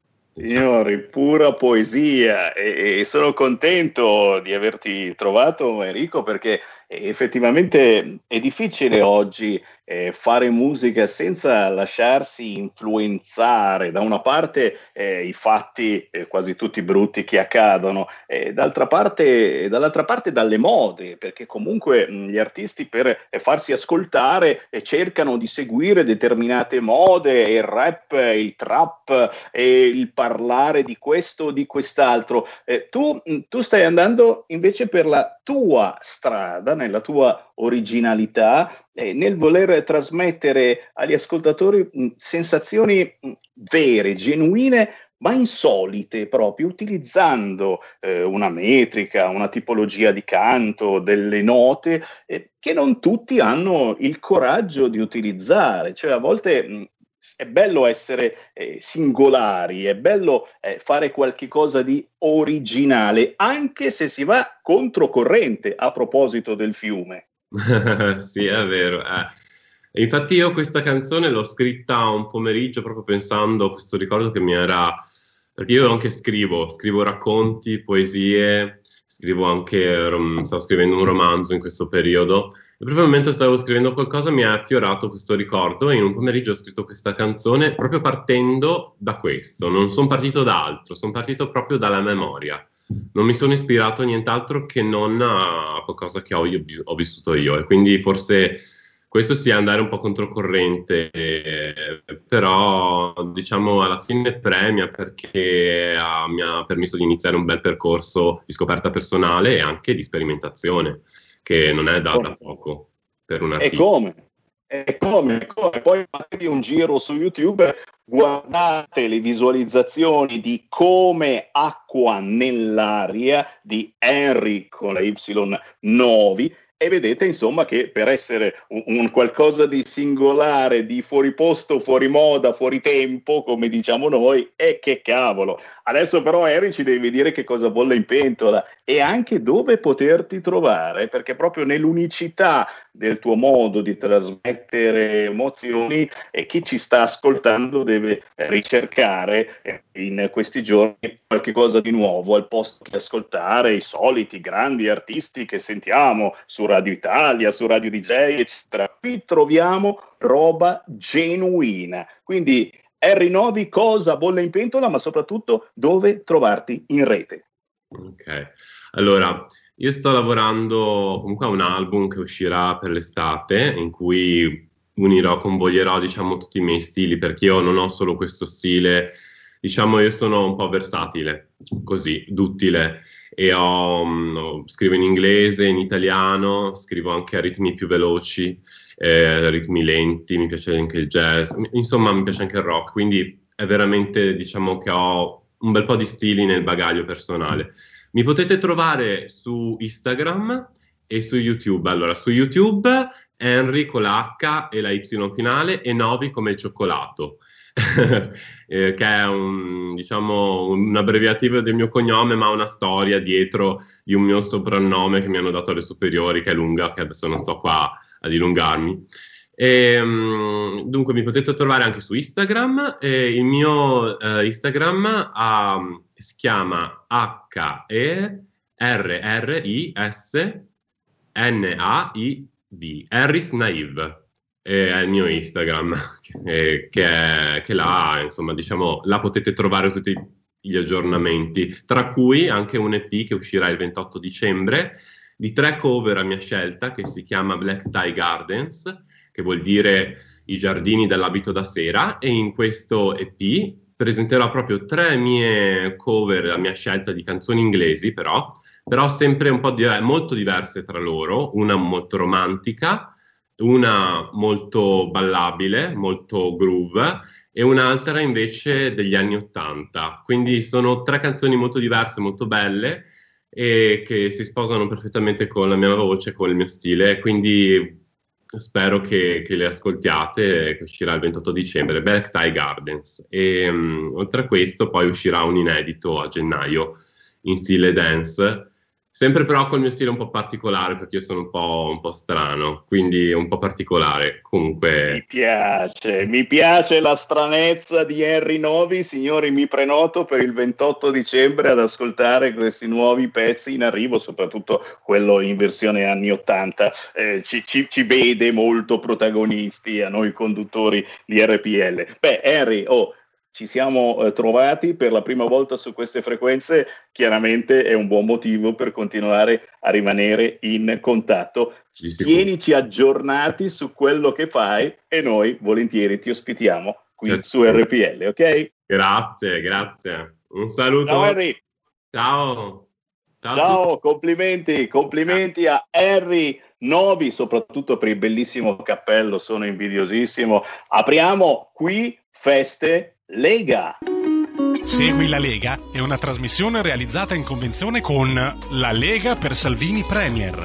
Speaker 3: Signori, pura poesia, e, e sono contento di averti trovato, Enrico, perché effettivamente è difficile oggi eh, fare musica senza lasciarsi influenzare da una parte eh, i fatti eh, quasi tutti brutti che accadono, e d'altra parte, dall'altra parte dalle mode, perché comunque mh, gli artisti per eh, farsi ascoltare eh, cercano di seguire determinate mode, il rap, il trap, e il parlare di questo o di quest'altro. Eh, tu, tu stai andando invece per la tua strada, nella tua originalità, eh, nel voler trasmettere agli ascoltatori mh, sensazioni mh, vere, genuine, ma insolite, proprio utilizzando eh, una metrica, una tipologia di canto, delle note eh, che non tutti hanno il coraggio di utilizzare. Cioè, a volte mh, è bello essere eh, singolari, è bello eh, fare qualche cosa di originale, anche se si va controcorrente, a proposito del fiume.
Speaker 11: Sì, è vero. Eh. Infatti io questa canzone l'ho scritta un pomeriggio proprio pensando a questo ricordo che mi era... Perché io anche scrivo, scrivo racconti, poesie, scrivo anche, rom- sto scrivendo un romanzo in questo periodo, e proprio mentre stavo scrivendo qualcosa mi è affiorato questo ricordo, e in un pomeriggio ho scritto questa canzone proprio partendo da questo. Non sono partito da altro, sono partito proprio dalla memoria. Non mi sono ispirato a nient'altro che non a qualcosa che ho, io, ho vissuto io, e quindi forse questo sia andare un po' controcorrente, eh, però diciamo alla fine premia, perché ha, mi ha permesso di iniziare un bel percorso di scoperta personale e anche di sperimentazione, che non è da, da poco per un artista.
Speaker 3: E come? E come? come? Poi fatevi un giro su YouTube, guardate le visualizzazioni di Come acqua nell'aria di Henry con la Y Novi, e vedete insomma che per essere un, un qualcosa di singolare, di fuori posto, fuori moda, fuori tempo, come diciamo noi, e che cavolo. Adesso però Henry ci devi dire che cosa bolle in pentola e anche dove poterti trovare, perché proprio nell'unicità del tuo modo di trasmettere emozioni, e chi ci sta ascoltando deve ricercare in questi giorni qualche cosa di nuovo, al posto che ascoltare i soliti grandi artisti che sentiamo su Radio Italia, su Radio D J, eccetera. Qui troviamo roba genuina. Quindi Henry Novi, cosa bolle in pentola, ma soprattutto dove trovarti in rete?
Speaker 11: Ok, allora io sto lavorando comunque a un album che uscirà per l'estate, in cui unirò, convoglierò, diciamo, tutti i miei stili, perché io non ho solo questo stile, diciamo, io sono un po' versatile, così, duttile. E ho, no, scrivo in inglese, in italiano, scrivo anche a ritmi più veloci, eh, ritmi lenti, mi piace anche il jazz, insomma mi piace anche il rock, quindi è veramente, diciamo che ho un bel po' di stili nel bagaglio personale. Mi potete trovare su Instagram e su YouTube. Allora, su YouTube Henry con la H e la Y finale e Novi come il cioccolato. eh, che è un, diciamo, un abbreviativo del mio cognome, ma una storia dietro di un mio soprannome che mi hanno dato alle superiori, che è lunga, che adesso non sto qua a dilungarmi. E, um, dunque mi potete trovare anche su Instagram. E il mio uh, Instagram um, si chiama H E R R I S N A I V, Harris Naive. È il mio Instagram, che, che, è, che là, insomma, diciamo, là potete trovare tutti gli aggiornamenti, tra cui anche un E P che uscirà il ventotto dicembre, di tre cover a mia scelta, che si chiama Black Tie Gardens, che vuol dire i giardini dell'abito da sera, e in questo E P presenterò proprio tre mie cover a mia scelta di canzoni inglesi, però, però sempre un po' di, molto diverse tra loro, una molto romantica, una molto ballabile, molto groove, e un'altra invece degli anni Ottanta. Quindi sono tre canzoni molto diverse, molto belle, e che si sposano perfettamente con la mia voce, con il mio stile, quindi spero che, che le ascoltiate, che uscirà il ventotto dicembre, Black Tie Gardens. E um, oltre a questo poi uscirà un inedito a gennaio in stile dance, sempre però col mio stile un po' particolare, perché io sono un po', un po' strano, quindi un po' particolare. Comunque
Speaker 3: mi piace, mi piace la stranezza di Henry Novi. Signori, mi prenoto per il ventotto dicembre ad ascoltare questi nuovi pezzi in arrivo, soprattutto quello in versione anni ottanta. Eh, ci, ci, ci vede molto protagonisti a noi conduttori di R P L. Beh, Henry, oh, ci siamo eh, trovati per la prima volta su queste frequenze, chiaramente è un buon motivo per continuare a rimanere in contatto. Tienici aggiornati su quello che fai e noi volentieri ti ospitiamo qui certo. su R P L, ok?
Speaker 11: Grazie, grazie. Un saluto.
Speaker 3: Ciao Henry.
Speaker 11: Ciao. Ciao,
Speaker 3: Ciao, complimenti, complimenti a Henry Novi, soprattutto per il bellissimo cappello, sono invidiosissimo. Apriamo qui Feste Lega.
Speaker 9: Segui la Lega è una trasmissione realizzata in convenzione con la Lega per Salvini Premier.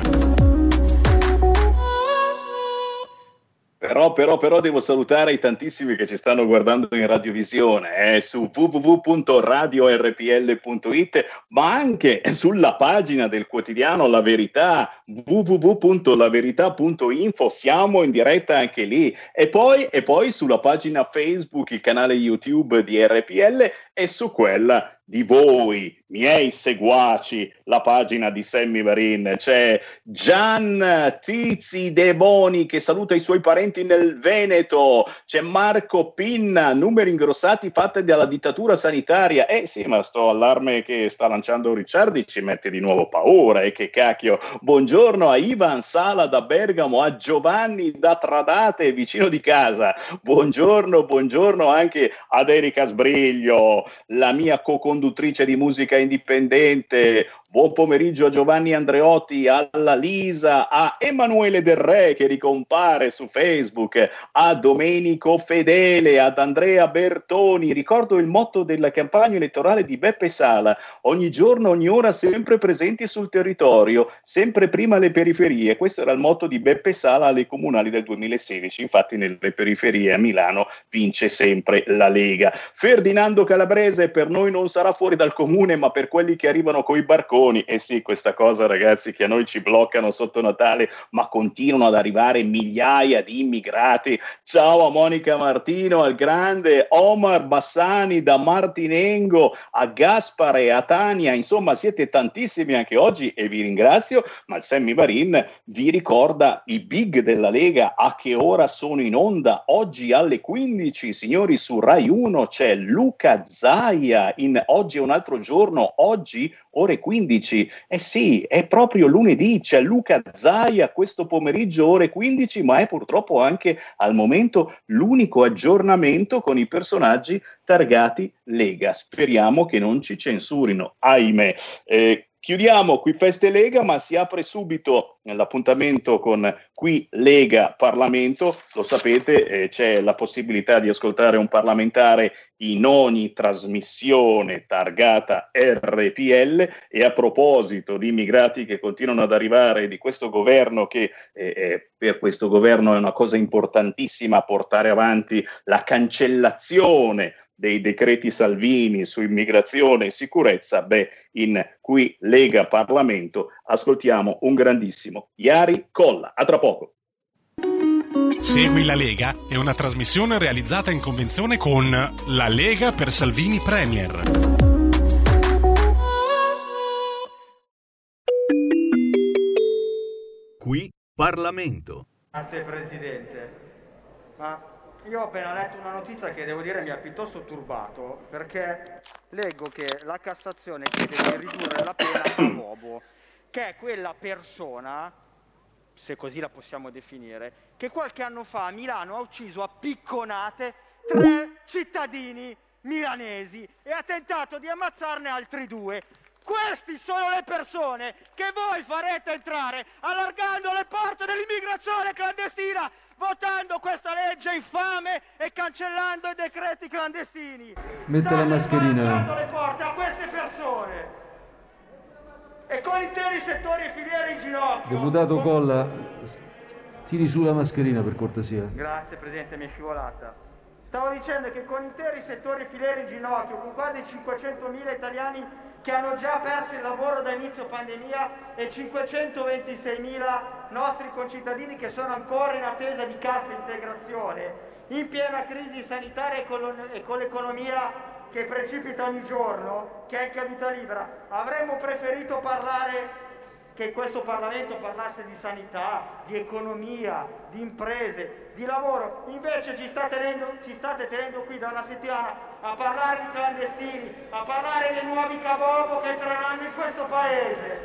Speaker 3: Però, però, però devo salutare i tantissimi che ci stanno guardando in radiovisione, eh, su w w w punto radio r p l punto i t, ma anche sulla pagina del quotidiano La Verità, w w w punto la verità punto info, siamo in diretta anche lì. E poi, e poi sulla pagina Facebook, il canale YouTube di R P L, e su quella di voi, miei seguaci, la pagina di Sammy Varin. C'è Gian Tizi De Boni che saluta i suoi parenti nel Veneto, c'è Marco Pinna, numeri ingrossati fatti dalla dittatura sanitaria. Eh sì, ma sto allarme che sta lanciando Ricciardi ci mette di nuovo paura, e eh, che cacchio. Buongiorno a Ivan Sala da Bergamo, a Giovanni da Tradate, vicino di casa. Buongiorno, buongiorno anche ad Erika Sbriglio, la mia co conduttrice di musica indipendente. Buon pomeriggio a Giovanni Andreotti, alla Lisa, a Emanuele Del Re che ricompare su Facebook, a Domenico Fedele, ad Andrea Bertoni. Ricordo il motto della campagna elettorale di Beppe Sala: ogni giorno, ogni ora, sempre presenti sul territorio, sempre prima le periferie. Questo era il motto di Beppe Sala alle comunali del duemilasedici. Infatti nelle periferie a Milano vince sempre la Lega. Ferdinando Calabrese: per noi non sarà fuori dal comune, ma per quelli che arrivano coi barconi. E sì, questa cosa, ragazzi, che a noi ci bloccano sotto Natale, ma continuano ad arrivare migliaia di immigrati. Ciao a Monica Martino, al grande Omar Bassani da Martinengo, a Gaspare, a Tania. Insomma, siete tantissimi anche oggi e vi ringrazio, ma il Sammy Varin vi ricorda i big della Lega. A che ora sono in onda? Oggi alle quindici, signori, su Rai uno c'è Luca Zaia in Oggi è un altro giorno. Oggi ore quindici. Eh sì, è proprio lunedì, c'è Luca Zaia questo pomeriggio ore quindici, ma è purtroppo anche al momento l'unico aggiornamento con i personaggi targati Lega. Speriamo che non ci censurino, ahimè. Eh, Chiudiamo qui Feste Lega, ma si apre subito l'appuntamento con Qui Lega Parlamento. Lo sapete, eh, c'è la possibilità di ascoltare un parlamentare in ogni trasmissione targata R P L. E a proposito di immigrati che continuano ad arrivare, di questo governo che eh, eh, per questo governo è una cosa importantissima portare avanti la cancellazione dei decreti Salvini su immigrazione e sicurezza, beh, in Qui Lega Parlamento ascoltiamo un grandissimo Jari Kolla. A tra poco.
Speaker 9: Segui la Lega è una trasmissione realizzata in convenzione con La Lega per Salvini Premier.
Speaker 16: Qui Parlamento.
Speaker 17: Grazie Presidente. Ma io ho appena letto una notizia che devo dire mi ha piuttosto turbato, perché leggo che la Cassazione chiede di ridurre la pena a Bobo, che è quella persona, se così la possiamo definire, che qualche anno fa a Milano ha ucciso a picconate tre cittadini milanesi e ha tentato di ammazzarne altri due. Queste sono le persone che voi farete entrare allargando le porte dell'immigrazione clandestina, votando questa legge infame e cancellando i decreti clandestini.
Speaker 18: Mette la mascherina.
Speaker 17: State allargando le porte a queste persone e con interi settori e filiere in ginocchio.
Speaker 18: Deputato Colla, tiri su la mascherina per cortesia.
Speaker 17: Grazie Presidente, mi è scivolata. Stavo dicendo che con interi settori e filiere in ginocchio, con quasi cinquecentomila italiani che hanno già perso il lavoro da inizio pandemia e cinquecentoventiseimila nostri concittadini che sono ancora in attesa di cassa integrazione, in piena crisi sanitaria e con l'economia che precipita ogni giorno, che è in caduta libera, avremmo preferito parlare che questo Parlamento parlasse di sanità, di economia, di imprese, di lavoro. Invece ci, sta tenendo, ci state tenendo qui da una settimana a parlare di clandestini, a parlare dei nuovi cabobo che entreranno in questo paese.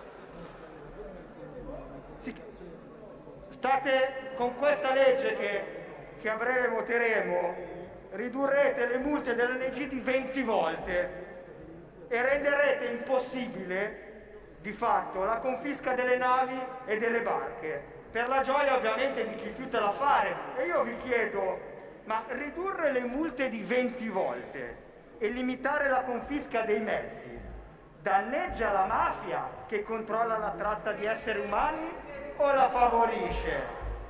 Speaker 17: Si, state con questa legge che, che a breve voteremo, ridurrete le multe dell'O N G di venti volte e renderete impossibile di fatto la confisca delle navi e delle barche, per la gioia ovviamente di chi fiuta l'affare. E io vi chiedo, ma ridurre le multe di venti volte e limitare la confisca dei mezzi danneggia la mafia che controlla la tratta di esseri umani o la favorisce?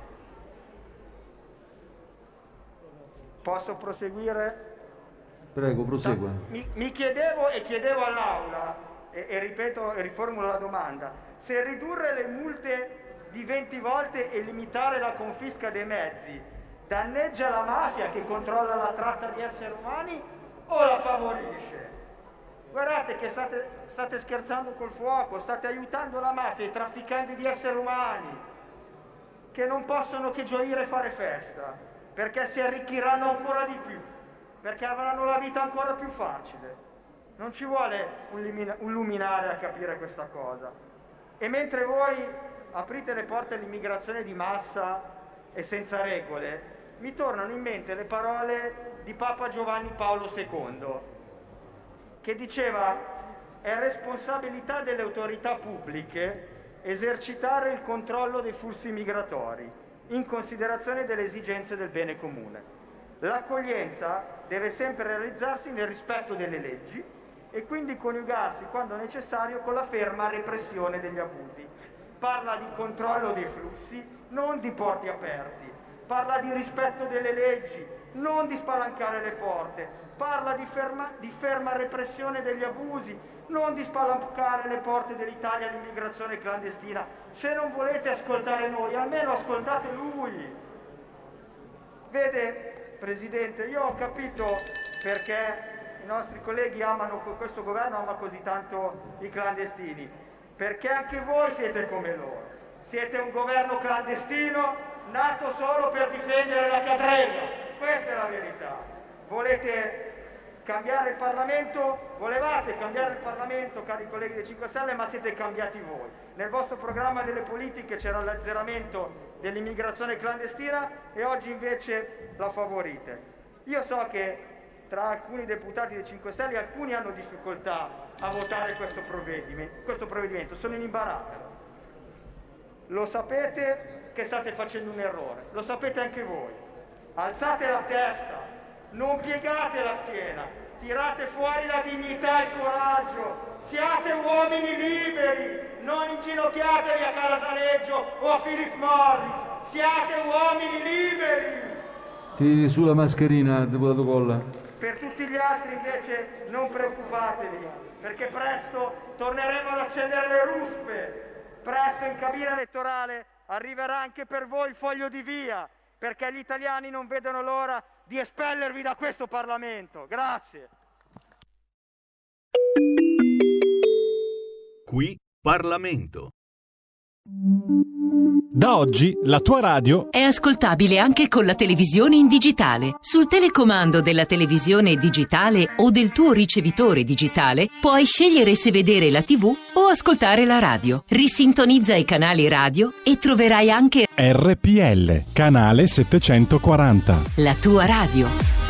Speaker 17: Posso proseguire?
Speaker 18: Prego, prosegua.
Speaker 17: Mi, mi chiedevo e chiedevo all'Aula, E, e ripeto e riformulo la domanda, se ridurre le multe di venti volte e limitare la confisca dei mezzi danneggia la mafia che controlla la tratta di esseri umani o la favorisce? Guardate che state, state scherzando col fuoco, state aiutando la mafia, i trafficanti di esseri umani che non possono che gioire e fare festa, perché si arricchiranno ancora di più, perché avranno la vita ancora più facile. Non ci vuole un, limina- un luminare a capire questa cosa. E mentre voi aprite le porte all'immigrazione di massa e senza regole, mi tornano in mente le parole di Papa Giovanni Paolo secondo, che diceva: è responsabilità delle autorità pubbliche esercitare il controllo dei flussi migratori in considerazione delle esigenze del bene comune. L'accoglienza deve sempre realizzarsi nel rispetto delle leggi e quindi coniugarsi quando necessario con la ferma repressione degli abusi. Parla di controllo dei flussi, non di porti aperti. Parla di rispetto delle leggi, non di spalancare le porte. Parla di ferma, di ferma repressione degli abusi, non di spalancare le porte dell'Italia all'immigrazione clandestina. Se non volete ascoltare noi, almeno ascoltate lui. Vede, Presidente, io ho capito perché i nostri colleghi amano, questo governo ama così tanto i clandestini, perché anche voi siete come loro. Siete un governo clandestino nato solo per difendere la cadrega. Questa è la verità. Volete Cambiare il Parlamento, volevate cambiare il Parlamento, cari colleghi dei cinque Stelle, ma siete cambiati voi. Nel vostro programma delle politiche c'era l'azzeramento dell'immigrazione clandestina e oggi invece la favorite. Io so che tra alcuni deputati dei cinque Stelle alcuni hanno difficoltà a votare questo provvedimento, questo provvedimento, sono in imbarazzo. Lo sapete che state facendo un errore, lo sapete anche voi. Alzate la testa, non piegate la schiena, tirate fuori la dignità e il coraggio, siate uomini liberi, non inginocchiatevi a Casaleggio o a Philip Morris, siate uomini liberi!
Speaker 18: Tiri su la mascherina, deputato Colla.
Speaker 17: Per tutti gli altri invece non preoccupatevi, perché presto torneremo ad accendere le ruspe, presto in cabina elettorale arriverà anche per voi il foglio di via, perché gli italiani non vedono l'ora di espellervi da questo Parlamento. Grazie.
Speaker 16: Qui Parlamento.
Speaker 19: Da oggi la tua radio
Speaker 20: è ascoltabile anche con la televisione in digitale. Sul telecomando della televisione digitale o del tuo ricevitore digitale puoi scegliere se vedere la tivù o ascoltare la radio. Risintonizza i canali radio e troverai anche
Speaker 19: R P L, canale settecentoquaranta.
Speaker 20: La tua radio.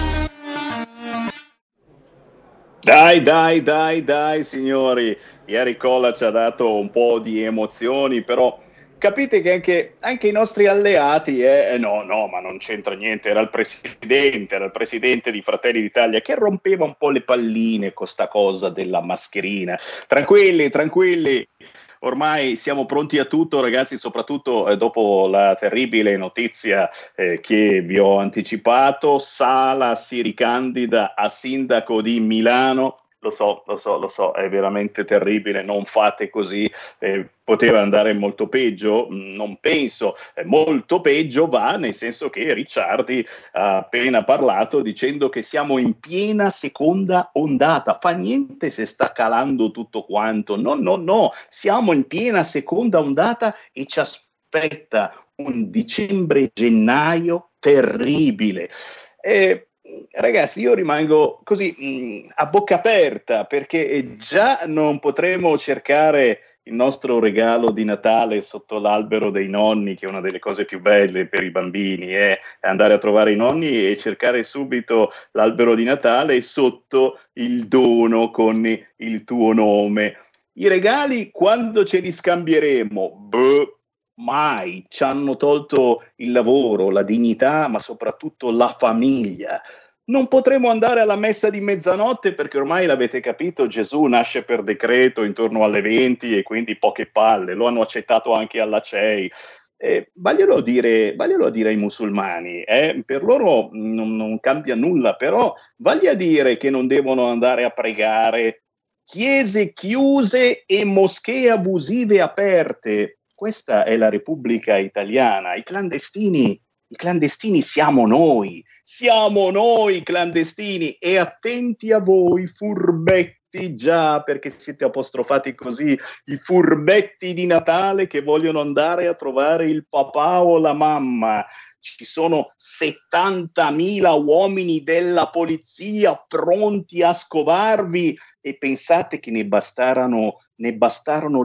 Speaker 3: Dai, dai, dai, dai, signori. Ieri Colla ci ha dato un po' di emozioni, però capite che anche, anche i nostri alleati, eh, no, no, ma non c'entra niente, era il presidente, era il presidente di Fratelli d'Italia che rompeva un po' le palline con sta cosa della mascherina. Tranquilli, tranquilli. Ormai siamo pronti a tutto, ragazzi, soprattutto eh, dopo la terribile notizia eh, che vi ho anticipato. Sala si ricandida a sindaco di Milano. Lo so, lo so, lo so, è veramente terribile, non fate così, eh, poteva andare molto peggio, non penso, eh, molto peggio va, nel senso che Ricciardi ha appena parlato dicendo che siamo in piena seconda ondata, fa niente se sta calando tutto quanto, no, no, no, siamo in piena seconda ondata e ci aspetta un dicembre-gennaio terribile. Eh, Ragazzi, io rimango così mh, a bocca aperta, perché già non potremo cercare il nostro regalo di Natale sotto l'albero dei nonni, che è una delle cose più belle per i bambini, è andare a trovare i nonni e cercare subito l'albero di Natale sotto il dono con il tuo nome. I regali quando ce li scambieremo? Boh. Mai, ci hanno tolto il lavoro, la dignità, ma soprattutto la famiglia. Non potremo andare alla messa di mezzanotte perché ormai l'avete capito, Gesù nasce per decreto intorno alle venti e quindi poche palle, lo hanno accettato anche alla C E I. Eh, vaglielo dire, vaglielo a dire ai musulmani, eh? Per loro non, non cambia nulla, però vagli a dire che non devono andare a pregare, chiese chiuse e moschee abusive aperte. Questa è la Repubblica Italiana, i clandestini, i clandestini siamo noi, siamo noi clandestini e attenti a voi furbetti, già perché siete apostrofati così, i furbetti di Natale che vogliono andare a trovare il papà o la mamma. Ci sono settantamila uomini della polizia pronti a scovarvi e pensate che ne bastarono, ne bastarono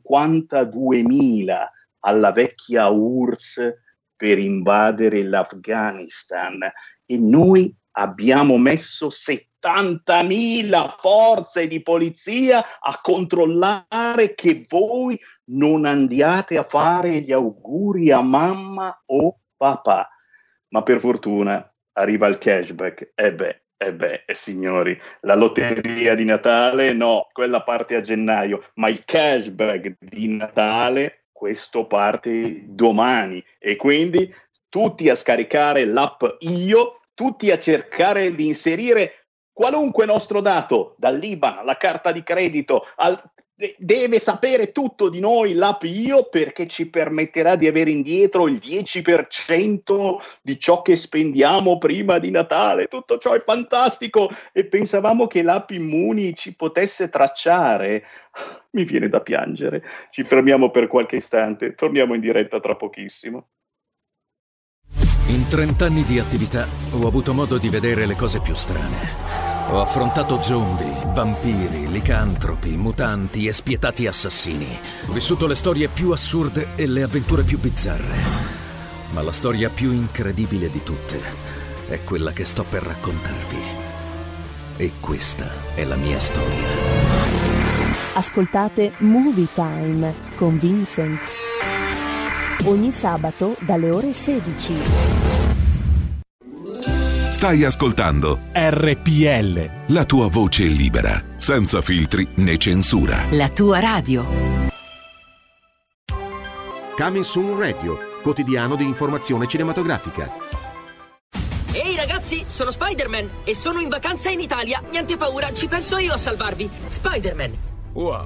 Speaker 3: cinquantaduemila alla vecchia U R S S per invadere l'Afghanistan e noi abbiamo messo settantamila forze di polizia a controllare che voi non andiate a fare gli auguri a mamma o papà, ma per fortuna arriva il cashback. E beh, e beh, eh, signori, la lotteria di Natale no, quella parte a gennaio, ma il cashback di Natale, questo parte domani e quindi tutti a scaricare l'app Io, tutti a cercare di inserire qualunque nostro dato, dall'I B A N alla carta di credito al deve sapere tutto di noi l'app Io, perché ci permetterà di avere indietro il dieci per cento di ciò che spendiamo prima di Natale. Tutto ciò è fantastico e pensavamo che l'app Immuni ci potesse tracciare. Mi viene da piangere. Ci fermiamo per qualche istante, torniamo in diretta tra pochissimo.
Speaker 8: In trent'anni di attività ho avuto modo di vedere le cose più strane.
Speaker 21: Ho affrontato zombie, vampiri, licantropi, mutanti e spietati assassini. Ho vissuto le storie più assurde e le avventure più bizzarre. Ma la storia più incredibile di tutte è quella che sto per raccontarvi. E questa è la mia storia.
Speaker 22: Ascoltate Movie Time con Vincent. Ogni sabato dalle ore sedici.
Speaker 10: Stai ascoltando
Speaker 19: R P L,
Speaker 10: la tua voce libera, senza filtri né censura.
Speaker 20: La tua radio.
Speaker 23: Coming Soon Radio, quotidiano di informazione cinematografica.
Speaker 24: Ehi ragazzi, sono Spider-Man e sono in vacanza in Italia. Niente paura, ci penso io a salvarvi. Spider-Man.
Speaker 23: Wow.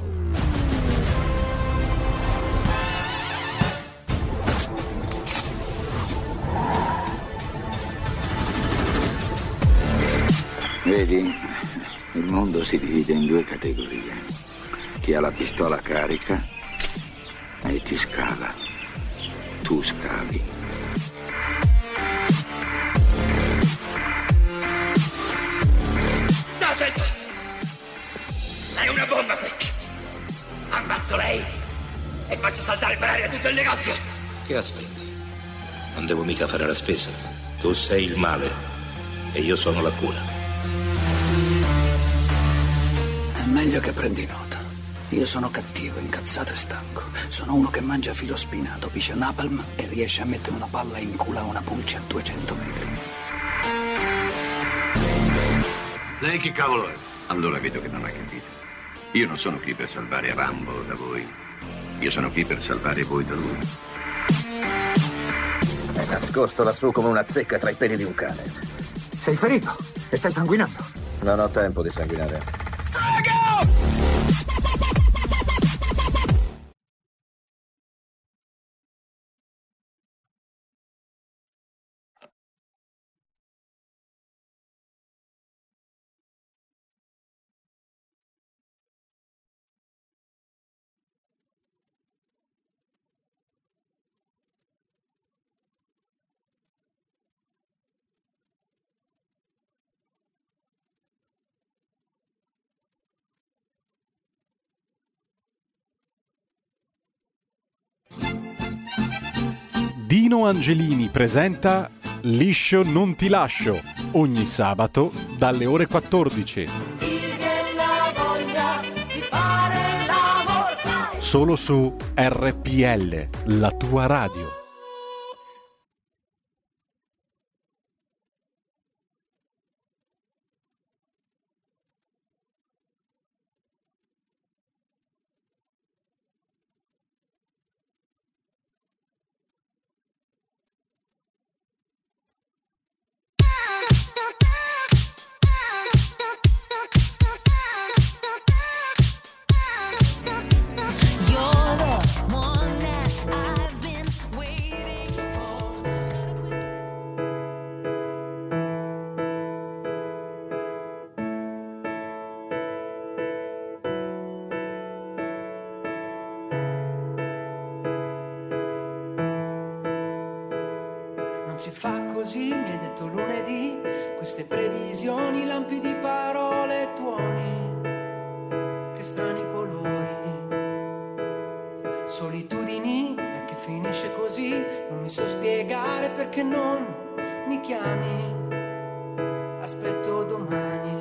Speaker 25: Vedi, il mondo si divide in due categorie. Chi ha la pistola carica e chi scala. Tu scavi.
Speaker 26: Sta attento! È una bomba questa! Ammazzo lei e faccio saltare per aria tutto il negozio!
Speaker 27: Che aspetti? Non devo mica fare la spesa. Tu sei il male e io sono la cura.
Speaker 28: Meglio che prendi nota. Io sono cattivo, incazzato e stanco. Sono uno che mangia filo spinato, piscia napalm e riesce a mettere una palla in culo a una pulce a duecento metri.
Speaker 25: Lei che cavolo è? Allora vedo che non ha capito. Io non sono qui per salvare Rambo da voi. Io sono qui per salvare voi da lui.
Speaker 29: È nascosto lassù come una zecca tra i peli di un cane. Sei ferito e stai sanguinando. Non ho tempo di sanguinare.
Speaker 19: Dino Angelini presenta Liscio non ti lascio, ogni sabato dalle ore quattordici. Solo su R P L, la tua radio.
Speaker 2: Si fa così, mi hai detto lunedì, queste previsioni, lampi di parole e tuoni, che strani colori, solitudini, perché finisce così, non mi so spiegare perché non mi chiami, aspetto domani,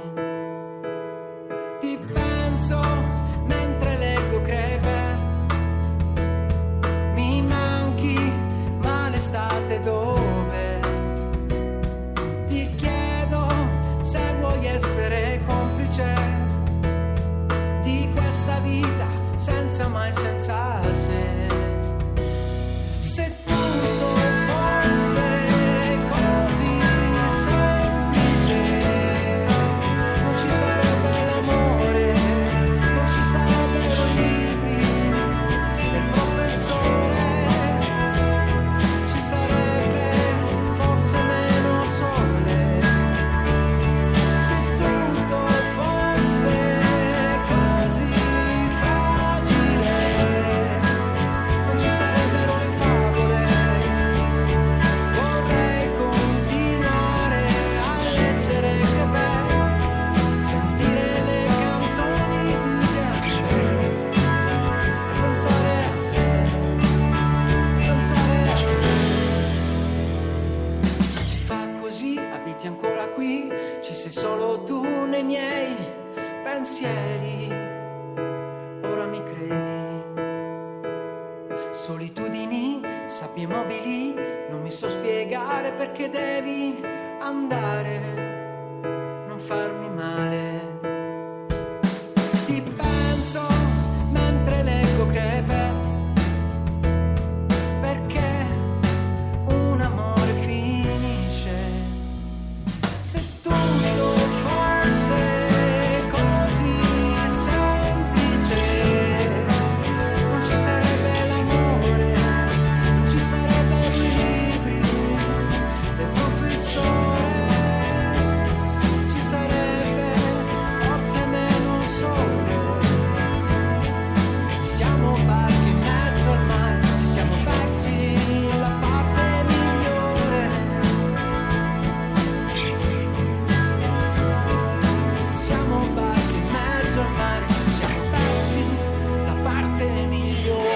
Speaker 2: ti penso mentre leggo crepe, mi manchi, ma l'estate dove? Se vuoi essere complice di questa vita senza mai senza se, se tutto fosse così semplice, non ci sarebbe l'amore, non ci sarebbero i libri del professore, ci sarebbe forse meno sole. Fragile pensieri, ora mi credi? Solitudini, sabbie immobili, non mi so spiegare perché devi andare, non farmi male. Ti penso mentre leggo Crepe, perché un amore finisce. Se tutto fosse così semplice, non ci sarebbe l'amore, non ci sarebbero i libri del professore, ci sarebbe forse meno sole. Siamo barche in mezzo al mare, ci siamo persi la parte migliore. Siamo barche in mezzo al mare, ci siamo persi la parte migliore.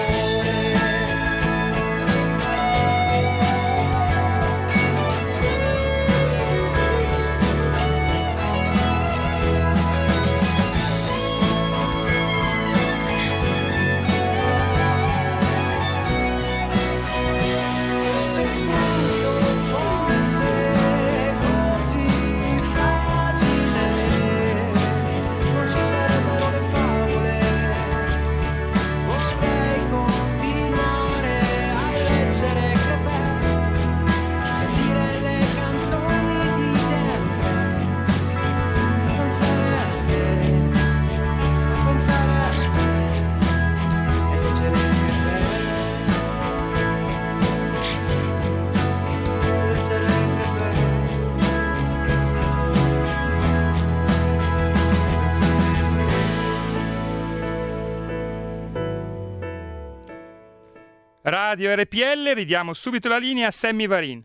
Speaker 2: Se tutto fosse così fragile, non ci sarebbero le favole. Vorrei continuare a leggere Crepè, sentire le canzoni di Dante, pensare a te, pensare a te e leggere Crepè.
Speaker 1: Radio R P L, ridiamo subito la linea a Sammy Varin.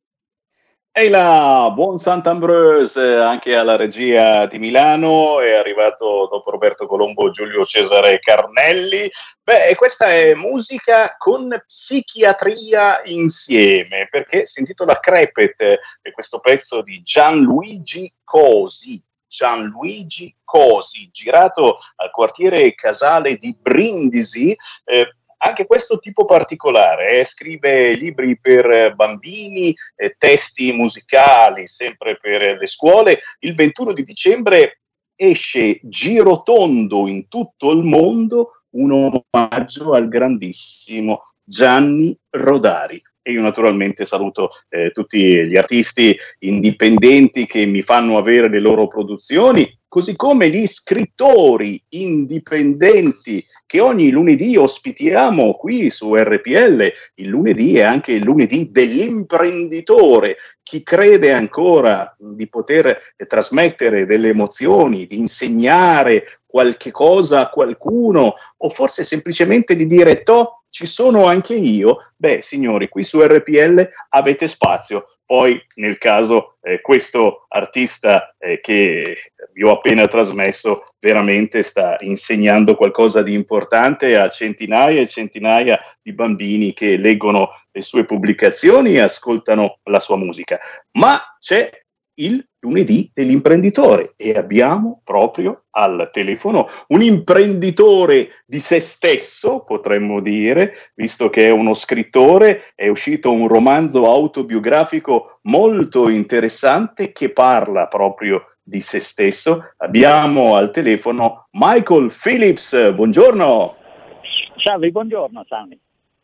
Speaker 3: Ehi là, buon Sant'Ambrose anche alla regia di Milano, è arrivato dopo Roberto Colombo Giulio Cesare Carnelli. Beh, e questa è musica con psichiatria insieme, perché si intitola Crepet, e questo pezzo di Gianluigi Cosi. Gianluigi Cosi, girato al quartiere Casale di Brindisi. eh, Anche questo tipo particolare, eh, scrive libri per bambini, eh, testi musicali sempre per le scuole. Il ventuno di dicembre esce girotondo in tutto il mondo un omaggio al grandissimo Gianni Rodari. E io naturalmente saluto eh, tutti gli artisti indipendenti che mi fanno avere le loro produzioni, così come gli scrittori indipendenti che ogni lunedì ospitiamo qui su R P L. Il lunedì è anche il lunedì dell'imprenditore, chi crede ancora di poter eh, trasmettere delle emozioni, di insegnare qualche cosa a qualcuno, o forse semplicemente di dire to, ci sono anche io. Beh, signori, qui su R P L avete spazio. Poi, nel caso, eh, questo artista eh, che vi ho appena trasmesso veramente sta insegnando qualcosa di importante a centinaia e centinaia di bambini che leggono le sue pubblicazioni e ascoltano la sua musica. Ma c'è il lunedì dell'imprenditore e abbiamo proprio al telefono un imprenditore di se stesso, potremmo dire, visto che è uno scrittore. È uscito un romanzo autobiografico molto interessante che parla proprio di se stesso. Abbiamo al telefono Michael Phillips. Buongiorno.
Speaker 4: Salve, buongiorno Sammy.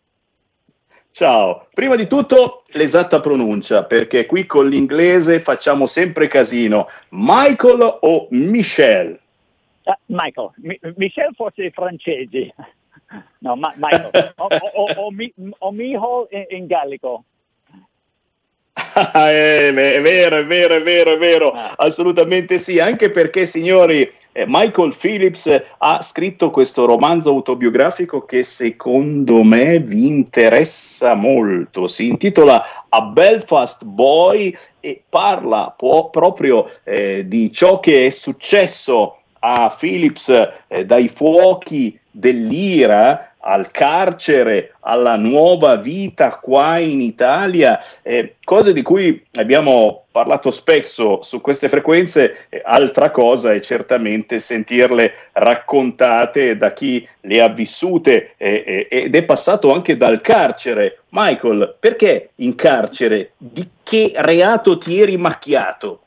Speaker 3: Ciao, prima di tutto l'esatta pronuncia, perché qui con l'inglese facciamo sempre casino. Michael o Michel?
Speaker 4: Uh, Michael, Mi- Michel forse i francesi. No, ma- Michael. o, o, o, o, mi- o Michel in, in gallico.
Speaker 3: è, è vero, è vero, è vero, è vero, ah. Assolutamente sì, anche perché, signori, eh, Michael Phillips eh, ha scritto questo romanzo autobiografico che secondo me vi interessa molto. Si intitola A Belfast Boy e parla po- proprio eh, di ciò che è successo a Phillips eh, dai fuochi dell'ira al carcere, alla nuova vita qua in Italia, eh, cose di cui abbiamo parlato spesso su queste frequenze. Eh, altra cosa è certamente sentirle raccontate da chi le ha vissute eh, eh, ed è passato anche dal carcere. Michael, perché in carcere? Di che reato ti eri macchiato?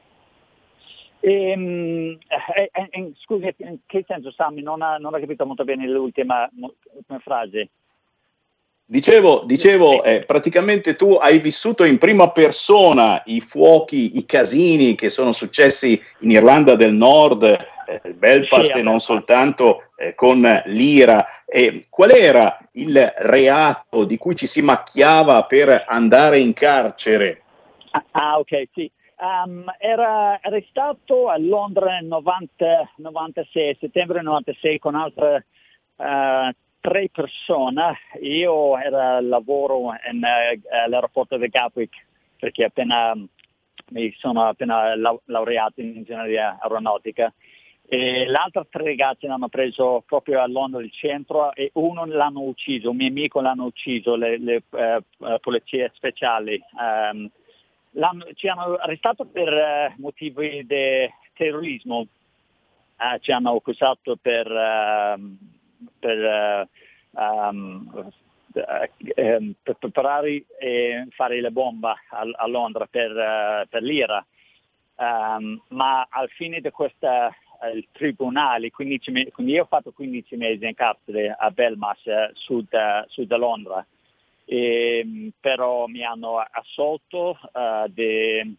Speaker 4: Ehm, eh, eh, eh, scusi, in che senso, Sammy? Non ha, non ho capito molto bene l'ultima, l'ultima frase.
Speaker 3: Dicevo, dicevo eh, praticamente tu hai vissuto in prima persona i fuochi, i casini che sono successi in Irlanda del Nord, eh, Belfast
Speaker 4: Sì,
Speaker 3: e non soltanto eh, con l'Ira. E qual era il reato di cui ci si macchiava per andare in carcere?
Speaker 4: Ah, ah ok, sì. Um, era arrestato a Londra nel novanta, novantasei, settembre novantasei, con altre uh, tre persone. Io era lavoro in, uh, all'aeroporto di Gatwick, perché appena mi sono appena lau- laureato in ingegneria aeronautica, e le altre tre ragazzi l'hanno preso proprio a Londra del centro e uno l'hanno ucciso, un mio amico l'hanno ucciso, le, le uh, polizie speciali. Um, L'hanno, ci hanno arrestato per uh, motivi di terrorismo, uh, ci hanno accusato per, uh, per, uh, um, uh, um, per preparare e fare le bombe a, a Londra per, uh, per l'Ira, um, ma al fine di questa uh, il tribunale, quindici me- quindi io ho fatto quindici mesi in carcere a Belmarsh, uh, sud, uh, sud da Londra. E, però mi hanno assolto uh, di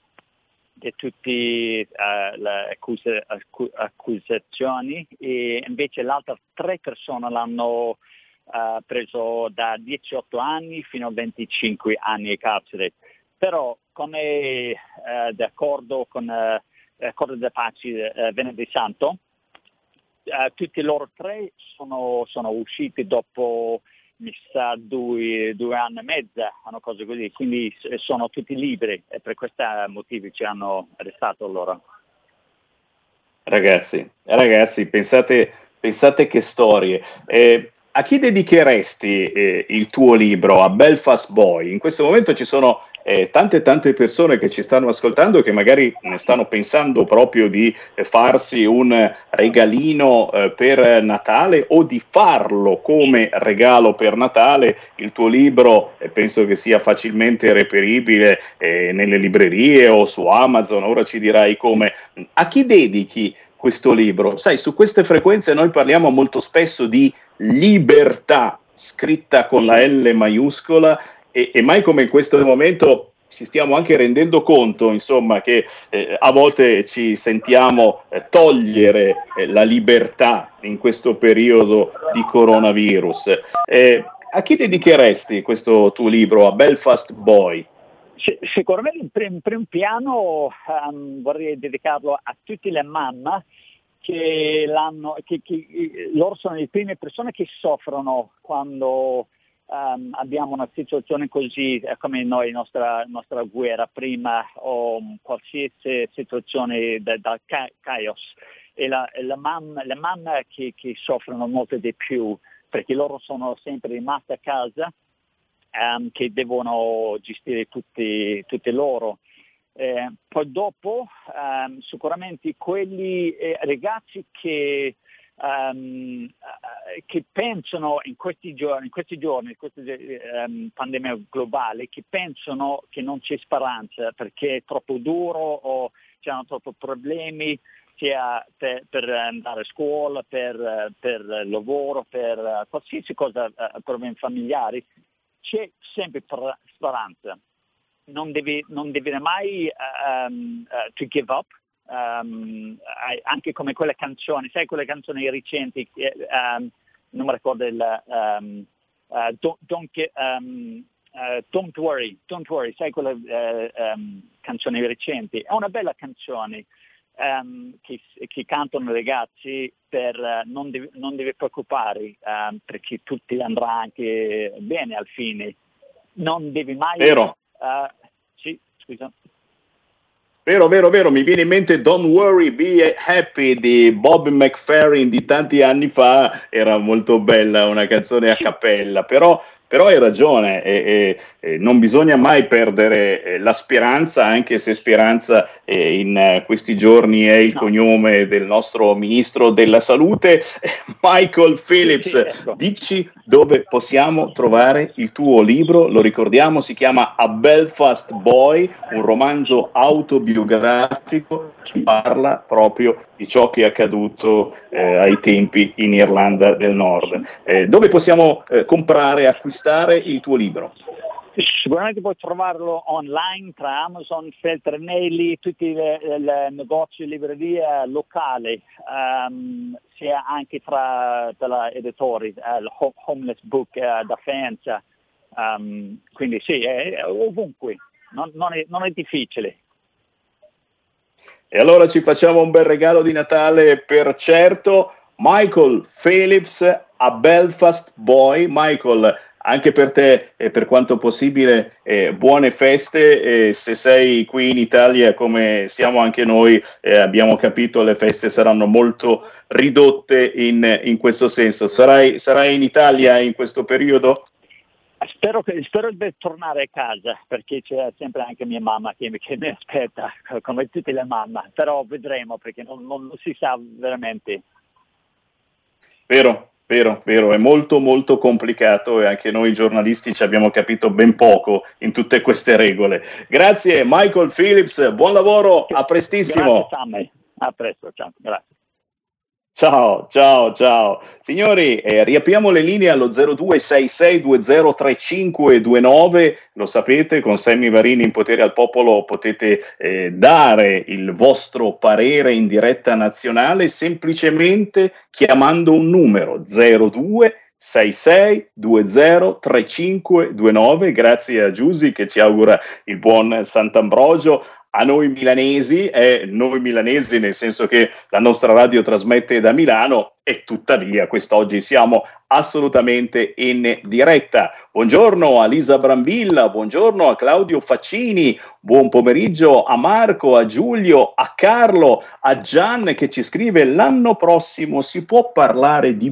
Speaker 4: tutte uh, le accuse, accu- accusazioni, e invece le altre tre persone l'hanno uh, preso da diciotto anni fino a venticinque anni di carcere. Però come uh, d'accordo con uh, l'accordo di pace uh, venerdì santo, uh, tutti loro tre sono, sono usciti dopo mi sa due, due anni e mezza, una cosa così, quindi sono tutti liberi e per questi motivi ci hanno arrestato loro.
Speaker 3: Ragazzi, ragazzi, pensate, pensate che storie. Eh, a chi dedicheresti eh, il tuo libro? A Belfast Boy? In questo momento ci sono eh, tante tante persone che ci stanno ascoltando, che magari ne stanno pensando proprio di eh, farsi un regalino eh, per Natale, o di farlo come regalo per Natale. Il tuo libro eh, penso che sia facilmente reperibile eh, nelle librerie o su Amazon, ora ci dirai come. A chi dedichi questo libro? Sai, su queste frequenze noi parliamo molto spesso di libertà, scritta con la L maiuscola, e, e mai come in questo momento ci stiamo anche rendendo conto, insomma, che eh, a volte ci sentiamo eh, togliere eh, la libertà in questo periodo di coronavirus. Eh, a chi dedicheresti questo tuo libro, a Belfast Boy?
Speaker 4: Sicuramente in primo, primo piano um, vorrei dedicarlo a tutte le mamme che l'hanno, che, che loro sono le prime persone che soffrono quando um, abbiamo una situazione così eh, come noi, nostra, nostra guerra prima, o qualsiasi situazione da, da ca- chaos. E la, la mam, le mamme che, che soffrono molto di più, perché loro sono sempre rimaste a casa, Um, che devono gestire tutti, tutti loro. Eh, poi dopo um, sicuramente quelli eh, ragazzi che, um, uh, che pensano in questi giorni, in questi giorni, in questa um, pandemia globale, che pensano che non c'è speranza perché è troppo duro o c'hanno troppi problemi, sia per, per andare a scuola, per, per lavoro, per qualsiasi cosa, uh, problemi familiari. C'è sempre speranza, non devi, non devi mai um, uh, to give up, um, anche come quelle canzoni, sai quelle canzoni recenti, um, non mi ricordo il um, uh, don't, don't, get, um, uh, don't worry, don't worry, sai quelle uh, um, canzoni recenti, è una bella canzone. Um, che, che cantano i ragazzi per uh, non, devi, non devi preoccupare um, perché tutti andrà anche bene al fine, non devi mai
Speaker 3: Vero.
Speaker 4: Uh, sì, scusa.
Speaker 3: Vero, vero, vero, mi viene in mente Don't Worry, Be Happy di Bobby McFerrin di tanti anni fa, era molto bella, una canzone a cappella, però, però hai ragione, e, e, e non bisogna mai perdere la speranza, anche se speranza eh, in eh, questi giorni è il no. cognome del nostro ministro della salute, Michael Phillips. Sì, ecco. Dici dove possiamo trovare il tuo libro, lo ricordiamo, si chiama A Belfast Boy, un romanzo autobiografico che parla proprio di ciò che è accaduto eh, ai tempi in Irlanda del Nord. Eh, dove possiamo eh, comprare, acquistare il tuo libro?
Speaker 4: Sicuramente puoi trovarlo online tra Amazon, Feltrinelli, tutti i negozi e librerie locali, um, sia anche tra della editori, uh, il Homeless Book uh, da Faenza, um, quindi sì, è, è ovunque, non, non, è, non è difficile.
Speaker 3: E allora ci facciamo un bel regalo di Natale per certo. Michael Phillips, A Belfast Boy. Michael, anche per te, eh, per quanto possibile, eh, buone feste. Eh, se sei qui in Italia, come siamo anche noi, eh, abbiamo capito, le feste saranno molto ridotte in, in questo senso. Sarai, sarai in Italia in questo periodo?
Speaker 4: Spero, che, spero di tornare a casa, perché c'è sempre anche mia mamma che, che mi aspetta, come tutte le mamme, però vedremo, perché non, non, non si sa veramente.
Speaker 3: Vero, vero, vero, è molto molto complicato e anche noi giornalisti ci abbiamo capito ben poco in tutte queste regole. Grazie Michael Phillips, buon lavoro, a prestissimo.
Speaker 4: Grazie Sammy, a presto, ciao, grazie.
Speaker 3: Ciao, ciao, ciao. Signori, eh, riapriamo le linee allo zero due sei sei due zero tre cinque due nove, lo sapete, con Sammy Varin in Potere al Popolo potete eh, dare il vostro parere in diretta nazionale semplicemente chiamando un numero zero due sei sei due zero tre cinque due nove, grazie a Giusy che ci augura il buon Sant'Ambrogio. A noi milanesi, eh, noi milanesi nel senso che la nostra radio trasmette da Milano e tuttavia quest'oggi siamo assolutamente in diretta. Buongiorno a Lisa Brambilla, buongiorno a Claudio Faccini, buon pomeriggio a Marco, a Giulio, a Carlo, a Gian che ci scrive: l'anno prossimo si può parlare di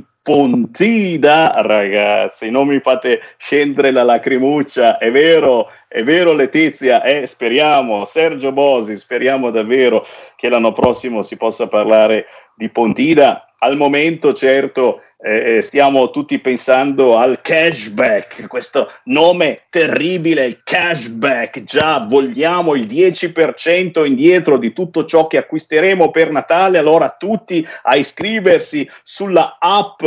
Speaker 3: Pontida? Ragazzi, non mi fate scendere la lacrimuccia, è vero, è vero Letizia, eh, speriamo, Sergio Bosi, speriamo davvero che l'anno prossimo si possa parlare di Pontida. Al momento certo eh, stiamo tutti pensando al cashback, questo nome terribile, il cashback, già vogliamo il dieci per cento indietro di tutto ciò che acquisteremo per Natale, allora tutti a iscriversi sulla app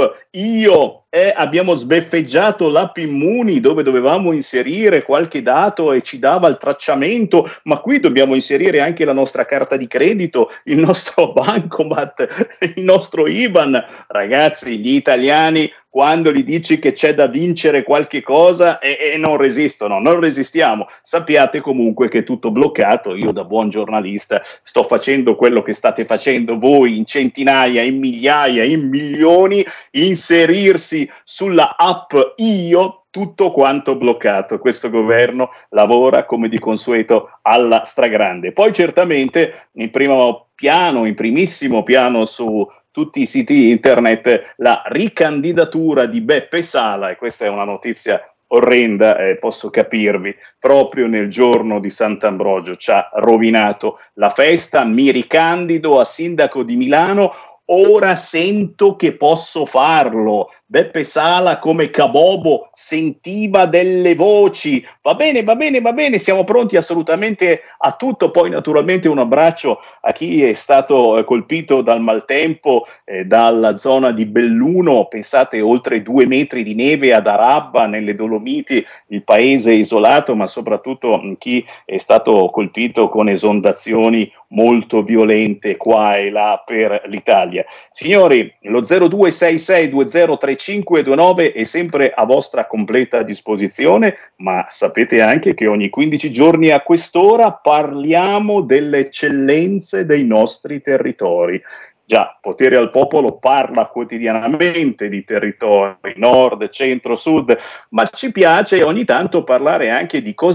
Speaker 3: Io. Eh, abbiamo sbeffeggiato l'app Immuni dove dovevamo inserire qualche dato e ci dava il tracciamento, ma qui dobbiamo inserire anche la nostra carta di credito, il nostro bancomat, il nostro I B A N. Ragazzi, gli italiani quando gli dici che c'è da vincere qualche cosa e, e non resistono, non resistiamo. Sappiate comunque che è tutto bloccato. Io da buon giornalista sto facendo quello che state facendo voi in centinaia, in migliaia, in milioni, inserirsi sulla app Io, tutto quanto bloccato. Questo governo lavora come di consueto alla stragrande. Poi certamente in primo piano, in primissimo piano su tutti i siti internet la ricandidatura di Beppe Sala, e questa è una notizia orrenda, eh, posso capirvi, proprio nel giorno di Sant'Ambrogio ci ha rovinato la festa. Mi ricandido a sindaco di Milano, ora sento che posso farlo. Beppe Sala come Cabobo sentiva delle voci, va bene, va bene, va bene, siamo pronti assolutamente a tutto. Poi naturalmente un abbraccio a chi è stato eh, colpito dal maltempo, eh, dalla zona di Belluno, pensate oltre due metri di neve ad Arabba nelle Dolomiti, il paese isolato, ma soprattutto mh, chi è stato colpito con esondazioni molto violente qua e là per l'Italia. Signori, lo zero due sei sei due zero tre cinque due nove è sempre a vostra completa disposizione, ma sapete anche che ogni quindici giorni a quest'ora parliamo delle eccellenze dei nostri territori. Già, Potere al Popolo parla quotidianamente di territori, nord, centro, sud, ma ci piace ogni tanto parlare anche di cosa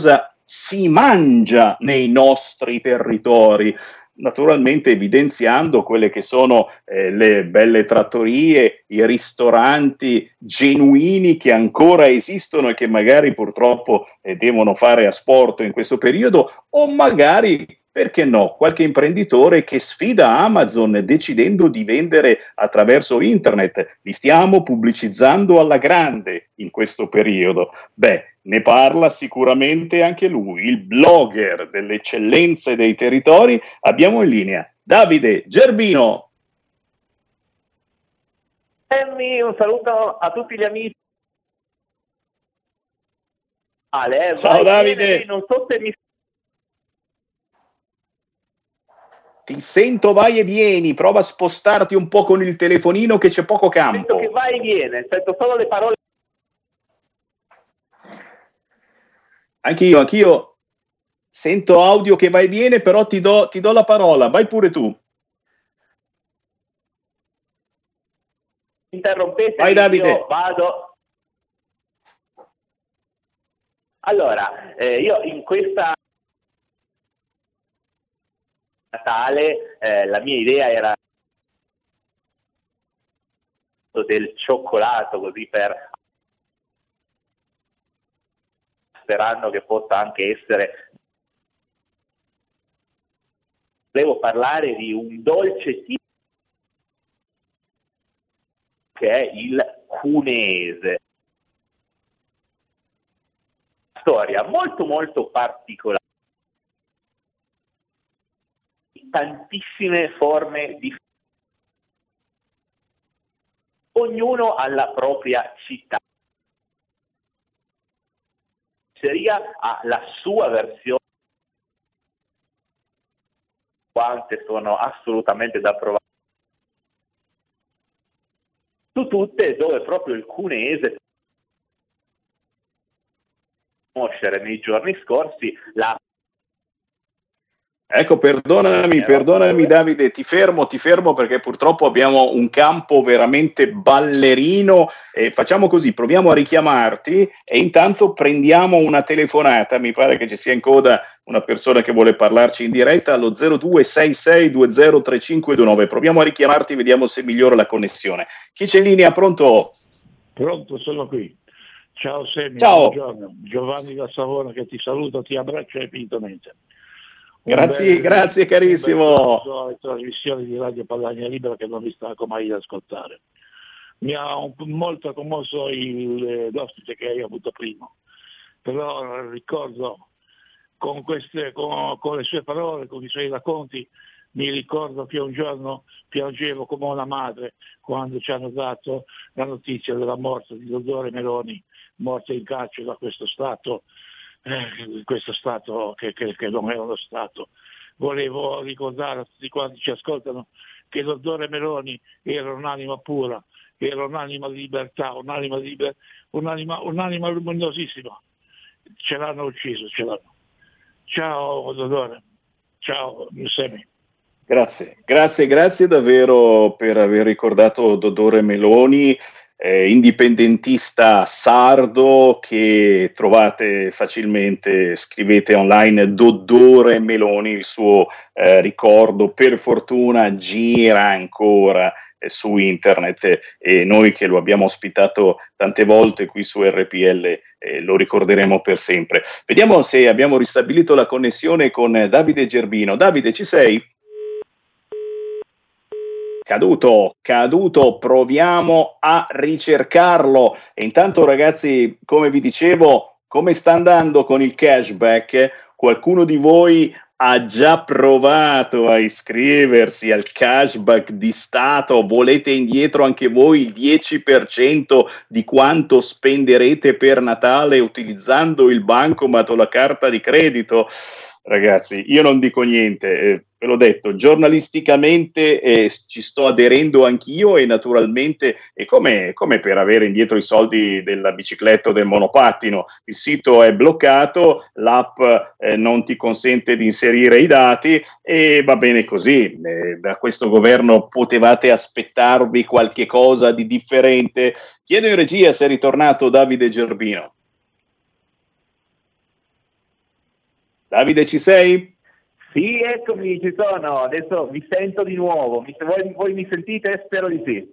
Speaker 3: si mangia nei nostri territori, naturalmente evidenziando quelle che sono eh, le belle trattorie, i ristoranti genuini che ancora esistono e che magari purtroppo eh, devono fare asporto in questo periodo, o magari, perché no, qualche imprenditore che sfida Amazon decidendo di vendere attraverso internet. Li stiamo pubblicizzando alla grande in questo periodo. Beh, ne parla sicuramente anche lui, il blogger delle eccellenze dei territori. Abbiamo in linea Davide Gerbino.
Speaker 5: Un saluto a tutti gli amici. Ale,
Speaker 3: ciao Davide.
Speaker 5: Bene, non so se mi
Speaker 3: Ti sento vai e vieni, prova a spostarti un po' con il telefonino che c'è poco campo.
Speaker 5: Sento che vai e viene, sento solo le parole.
Speaker 3: Anch'io, anch'io sento audio che va e viene, però ti do, ti do la parola, vai pure tu.
Speaker 5: Interrompete,
Speaker 3: vai Davide.
Speaker 5: Io vado. Allora, eh, io in questa Natale eh, la mia idea era del cioccolato, così per sperando che possa anche essere. Volevo parlare di un dolce tipo che è il cuneese. Storia molto molto particolare. Tantissime forme di ognuno alla propria città. Seria ha la sua versione, quante sono assolutamente da provare. Su tutte dove proprio il cuneese conoscere nei giorni scorsi la
Speaker 3: Ecco, perdonami, perdonami Davide, ti fermo, ti fermo perché purtroppo abbiamo un campo veramente ballerino e facciamo così, proviamo a richiamarti e intanto prendiamo una telefonata, mi pare che ci sia in coda una persona che vuole parlarci in diretta allo zero due sei sei due zero tre cinque due nove, proviamo a richiamarti, vediamo se migliora la connessione. Chi c'è in linea, pronto?
Speaker 6: Pronto, sono qui. Ciao Semmi,
Speaker 3: ciao.
Speaker 6: Buongiorno, Giovanni da Savona che ti saluto, ti abbraccio infinitamente.
Speaker 3: Grazie,
Speaker 6: bel,
Speaker 3: grazie carissimo.
Speaker 6: Le trasmissioni di Radio Padania Libera che non mi stanco mai di ascoltare. Mi ha un, molto commosso il, l'ospite che hai avuto prima, però ricordo con, queste, con, con le sue parole, con i suoi racconti, mi ricordo che un giorno piangevo come una madre quando ci hanno dato la notizia della morte di Dodore Meloni, morte in carcere da questo Stato. Eh, questo Stato che, che, che non è uno Stato. Volevo ricordare a tutti quanti ci ascoltano che il dottore Meloni era un'anima pura, era un'anima di libertà, un'anima, liber- un'anima, un'anima luminosissima. Ce l'hanno ucciso, ce l'hanno. Ciao dottore, ciao Giuseppe.
Speaker 3: Grazie, grazie, grazie davvero per aver ricordato Dodore Meloni. Eh, indipendentista sardo che trovate facilmente, scrivete online Dodore Meloni, il suo eh, ricordo per fortuna gira ancora eh, su internet e noi che lo abbiamo ospitato tante volte qui su R P L eh, lo ricorderemo per sempre. Vediamo se abbiamo ristabilito la connessione con Davide Gerbino. Davide, ci sei? Caduto, caduto, proviamo a ricercarlo. E intanto ragazzi, come vi dicevo, come sta andando con il cashback? Qualcuno di voi ha già provato a iscriversi al cashback di Stato? Volete indietro anche voi il dieci per cento di quanto spenderete per Natale utilizzando il bancomat o la carta di credito? Ragazzi, io non dico niente, eh, ve l'ho detto, giornalisticamente eh, ci sto aderendo anch'io e naturalmente è come, come per avere indietro i soldi della bicicletta o del monopattino. Il sito è bloccato, l'app eh, non ti consente di inserire i dati e va bene così. Eh, da questo governo potevate aspettarvi qualche cosa di differente? Chiedo in regia se è ritornato Davide Gerbino. Davide, ci sei?
Speaker 5: Sì, eccomi, ci sono. Adesso vi sento di nuovo. Mi, voi, voi mi sentite? Spero di sì.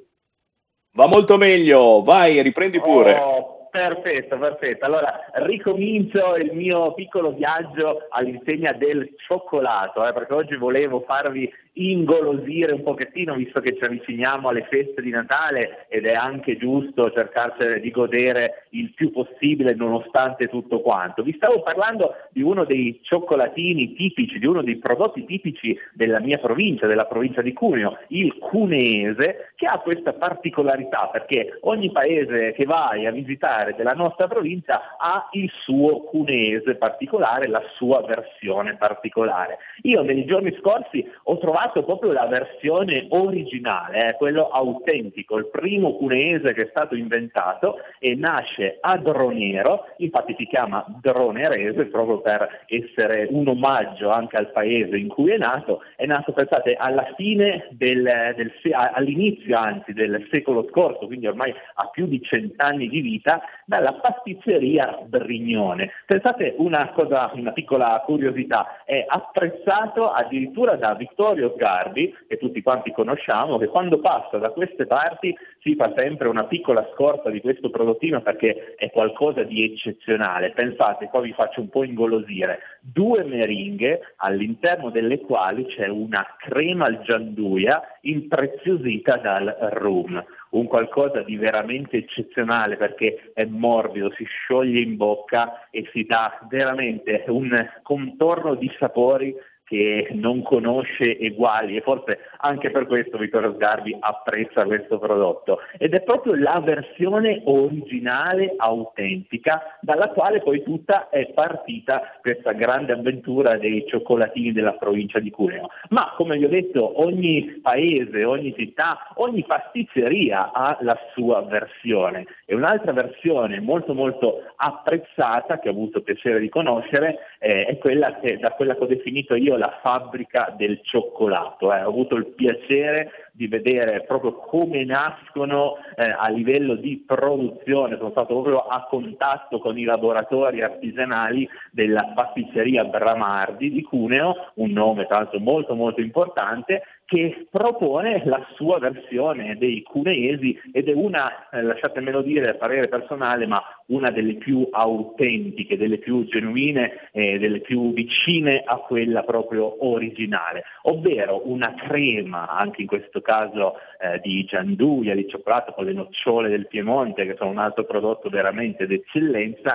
Speaker 3: Va molto meglio, vai, riprendi pure.
Speaker 5: Oh, perfetto, perfetto. Allora, ricomincio il mio piccolo viaggio all'insegna del cioccolato, eh, perché oggi volevo farvi ingolosire un pochettino, visto che ci avviciniamo alle feste di Natale ed è anche giusto cercarsi di godere il più possibile nonostante tutto quanto. Vi stavo parlando di uno dei cioccolatini tipici, di uno dei prodotti tipici della mia provincia, della provincia di Cuneo, il cuneese, che ha questa particolarità perché ogni paese che vai a visitare della nostra provincia ha il suo cuneese particolare, la sua versione particolare. Io nei giorni scorsi ho trovato proprio la versione originale, eh, quello autentico, il primo cuneese che è stato inventato e nasce a Dronero, infatti si chiama dronerese proprio per essere un omaggio anche al paese in cui è nato. È nato, pensate, alla fine del, del all'inizio anzi del secolo scorso, quindi ormai ha più di cent'anni di vita, dalla pasticceria Brignone. Pensate una cosa, una piccola curiosità, è apprezzato addirittura da Vittorio Sgarbi, che tutti quanti conosciamo, che quando passa da queste parti si fa sempre una piccola scorta di questo prodottino perché è qualcosa di eccezionale. Pensate, qua vi faccio un po' ingolosire, due meringhe all'interno delle quali c'è una crema al gianduia impreziosita dal rum. Un qualcosa di veramente eccezionale perché è morbido, si scioglie in bocca e si dà veramente un contorno di sapori che non conosce eguali e forse anche per questo Vittorio Sgarbi apprezza questo prodotto ed è proprio la versione originale autentica dalla quale poi tutta è partita questa grande avventura dei cioccolatini della provincia di Cuneo. Ma come vi ho detto, ogni paese, ogni città, ogni pasticceria ha la sua versione e un'altra versione molto molto apprezzata che ho avuto piacere di conoscere eh, è quella che da quella che ho definito io la fabbrica del cioccolato. Eh. Ho avuto il piacere di vedere proprio come nascono eh, a livello di produzione, sono stato proprio a contatto con i laboratori artigianali della pasticceria Bramardi di Cuneo, un nome tra l'altro molto molto importante, che propone la sua versione dei cuneesi ed è una, eh, lasciatemelo dire a parere personale, ma una delle più autentiche, delle più genuine e eh, delle più vicine a quella proprio originale, ovvero una crema, anche in questo caso eh, di gianduia, di cioccolato con le nocciole del Piemonte, che sono un altro prodotto veramente d'eccellenza,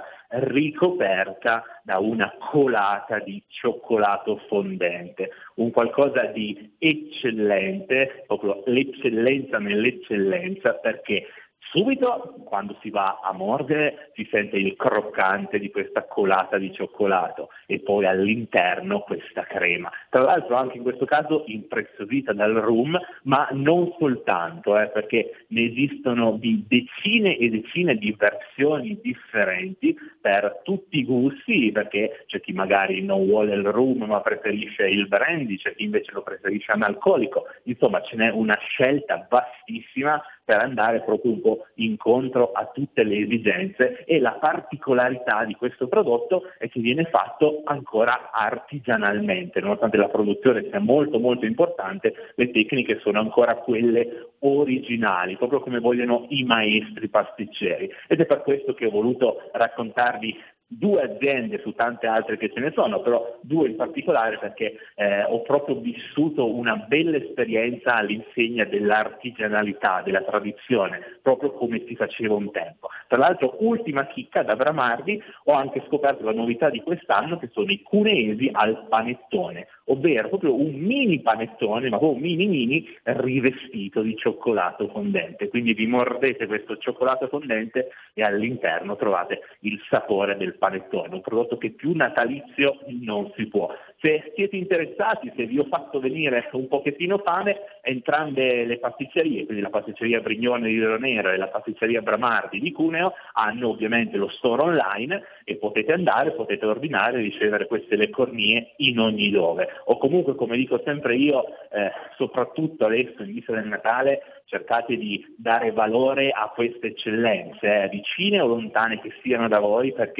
Speaker 5: ricoperta da una colata di cioccolato fondente, un qualcosa di eccellente, proprio l'eccellenza nell'eccellenza, perché subito quando si va a mordere si sente il croccante di questa colata di cioccolato e poi all'interno questa crema, tra l'altro anche in questo caso impreziosita dal rum, ma non soltanto, eh, perché ne esistono di decine e decine di versioni differenti per tutti i gusti, perché c'è chi magari non vuole il rum ma preferisce il brandy, c'è chi invece lo preferisce analcolico, insomma ce n'è una scelta vastissima per andare proprio un po' incontro a tutte le esigenze e la particolarità di questo prodotto è che viene fatto ancora artigianalmente, nonostante la produzione sia molto molto importante, le tecniche sono ancora quelle originali, proprio come vogliono i maestri pasticceri ed è per questo che ho voluto raccontarvi due aziende su tante altre che ce ne sono, però due in particolare perché eh, ho proprio vissuto una bella esperienza all'insegna dell'artigianalità, della tradizione, proprio come si faceva un tempo. Tra l'altro, ultima chicca, da Bramardi ho anche scoperto la novità di quest'anno che sono i cuneesi al panettone, ovvero proprio un mini panettone, ma proprio mini mini rivestito di cioccolato fondente, quindi vi mordete questo cioccolato fondente e all'interno trovate il sapore del panettone, un prodotto che più natalizio non si può. Se siete interessati, se vi ho fatto venire un pochettino fame, entrambe le pasticcerie, quindi la pasticceria Brignone di Dronero e la pasticceria Bramardi di Cuneo, hanno ovviamente lo store online e potete andare, potete ordinare e ricevere queste leccornie in ogni dove. O comunque, come dico sempre io, eh, soprattutto adesso in vista del Natale, cercate di dare valore a queste eccellenze, eh, vicine o lontane che siano da voi, perché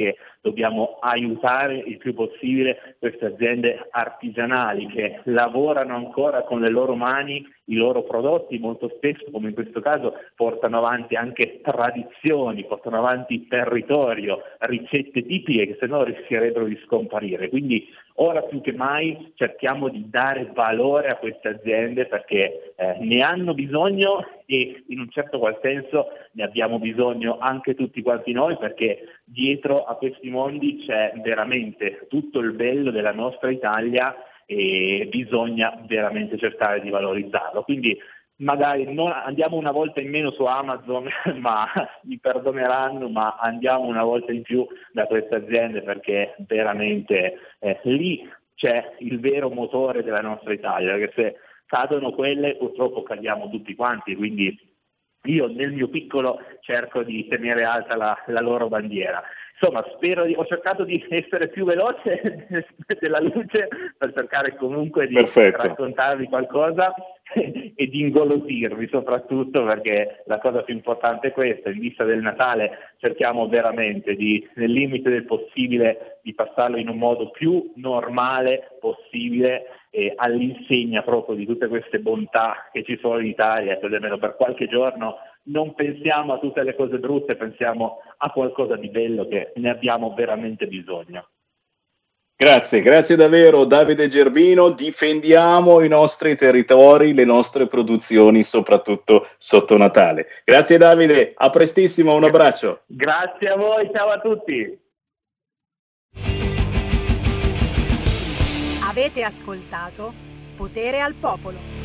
Speaker 5: dobbiamo aiutare il più possibile queste aziende artigianali che lavorano ancora con le loro mani i loro prodotti, molto spesso, come in questo caso, portano avanti anche tradizioni, portano avanti territorio, ricette tipiche che se no rischierebbero di scomparire. Quindi ora più che mai cerchiamo di dare valore a queste aziende perché eh, ne hanno bisogno e in un certo qual senso ne abbiamo bisogno anche tutti quanti noi, perché dietro a questi mondi c'è veramente tutto il bello della nostra Italia e bisogna veramente cercare di valorizzarlo. Quindi magari non andiamo una volta in meno su Amazon, ma mi perdoneranno, ma andiamo una volta in più da queste aziende perché veramente eh, lì c'è il vero motore della nostra Italia, perché se cadono quelle purtroppo cadiamo tutti quanti, quindi io nel mio piccolo cerco di tenere alta la, la loro bandiera. Insomma, spero di, ho cercato di essere più veloce della luce per cercare comunque di Perfetto. raccontarvi qualcosa e di ingolosirvi soprattutto, perché la cosa più importante è questa: in vista del Natale cerchiamo veramente di, nel limite del possibile, di passarlo in un modo più normale possibile, e all'insegna proprio di tutte queste bontà che ci sono in Italia, cioè almeno per qualche giorno non pensiamo a tutte le cose brutte, pensiamo a qualcosa di bello che ne abbiamo veramente bisogno.
Speaker 3: Grazie, grazie davvero Davide Gerbino, difendiamo i nostri territori, le nostre produzioni, soprattutto sotto Natale. Grazie Davide, a prestissimo, un abbraccio.
Speaker 5: Grazie a voi, ciao a tutti.
Speaker 7: Avete ascoltato Potere al Popolo.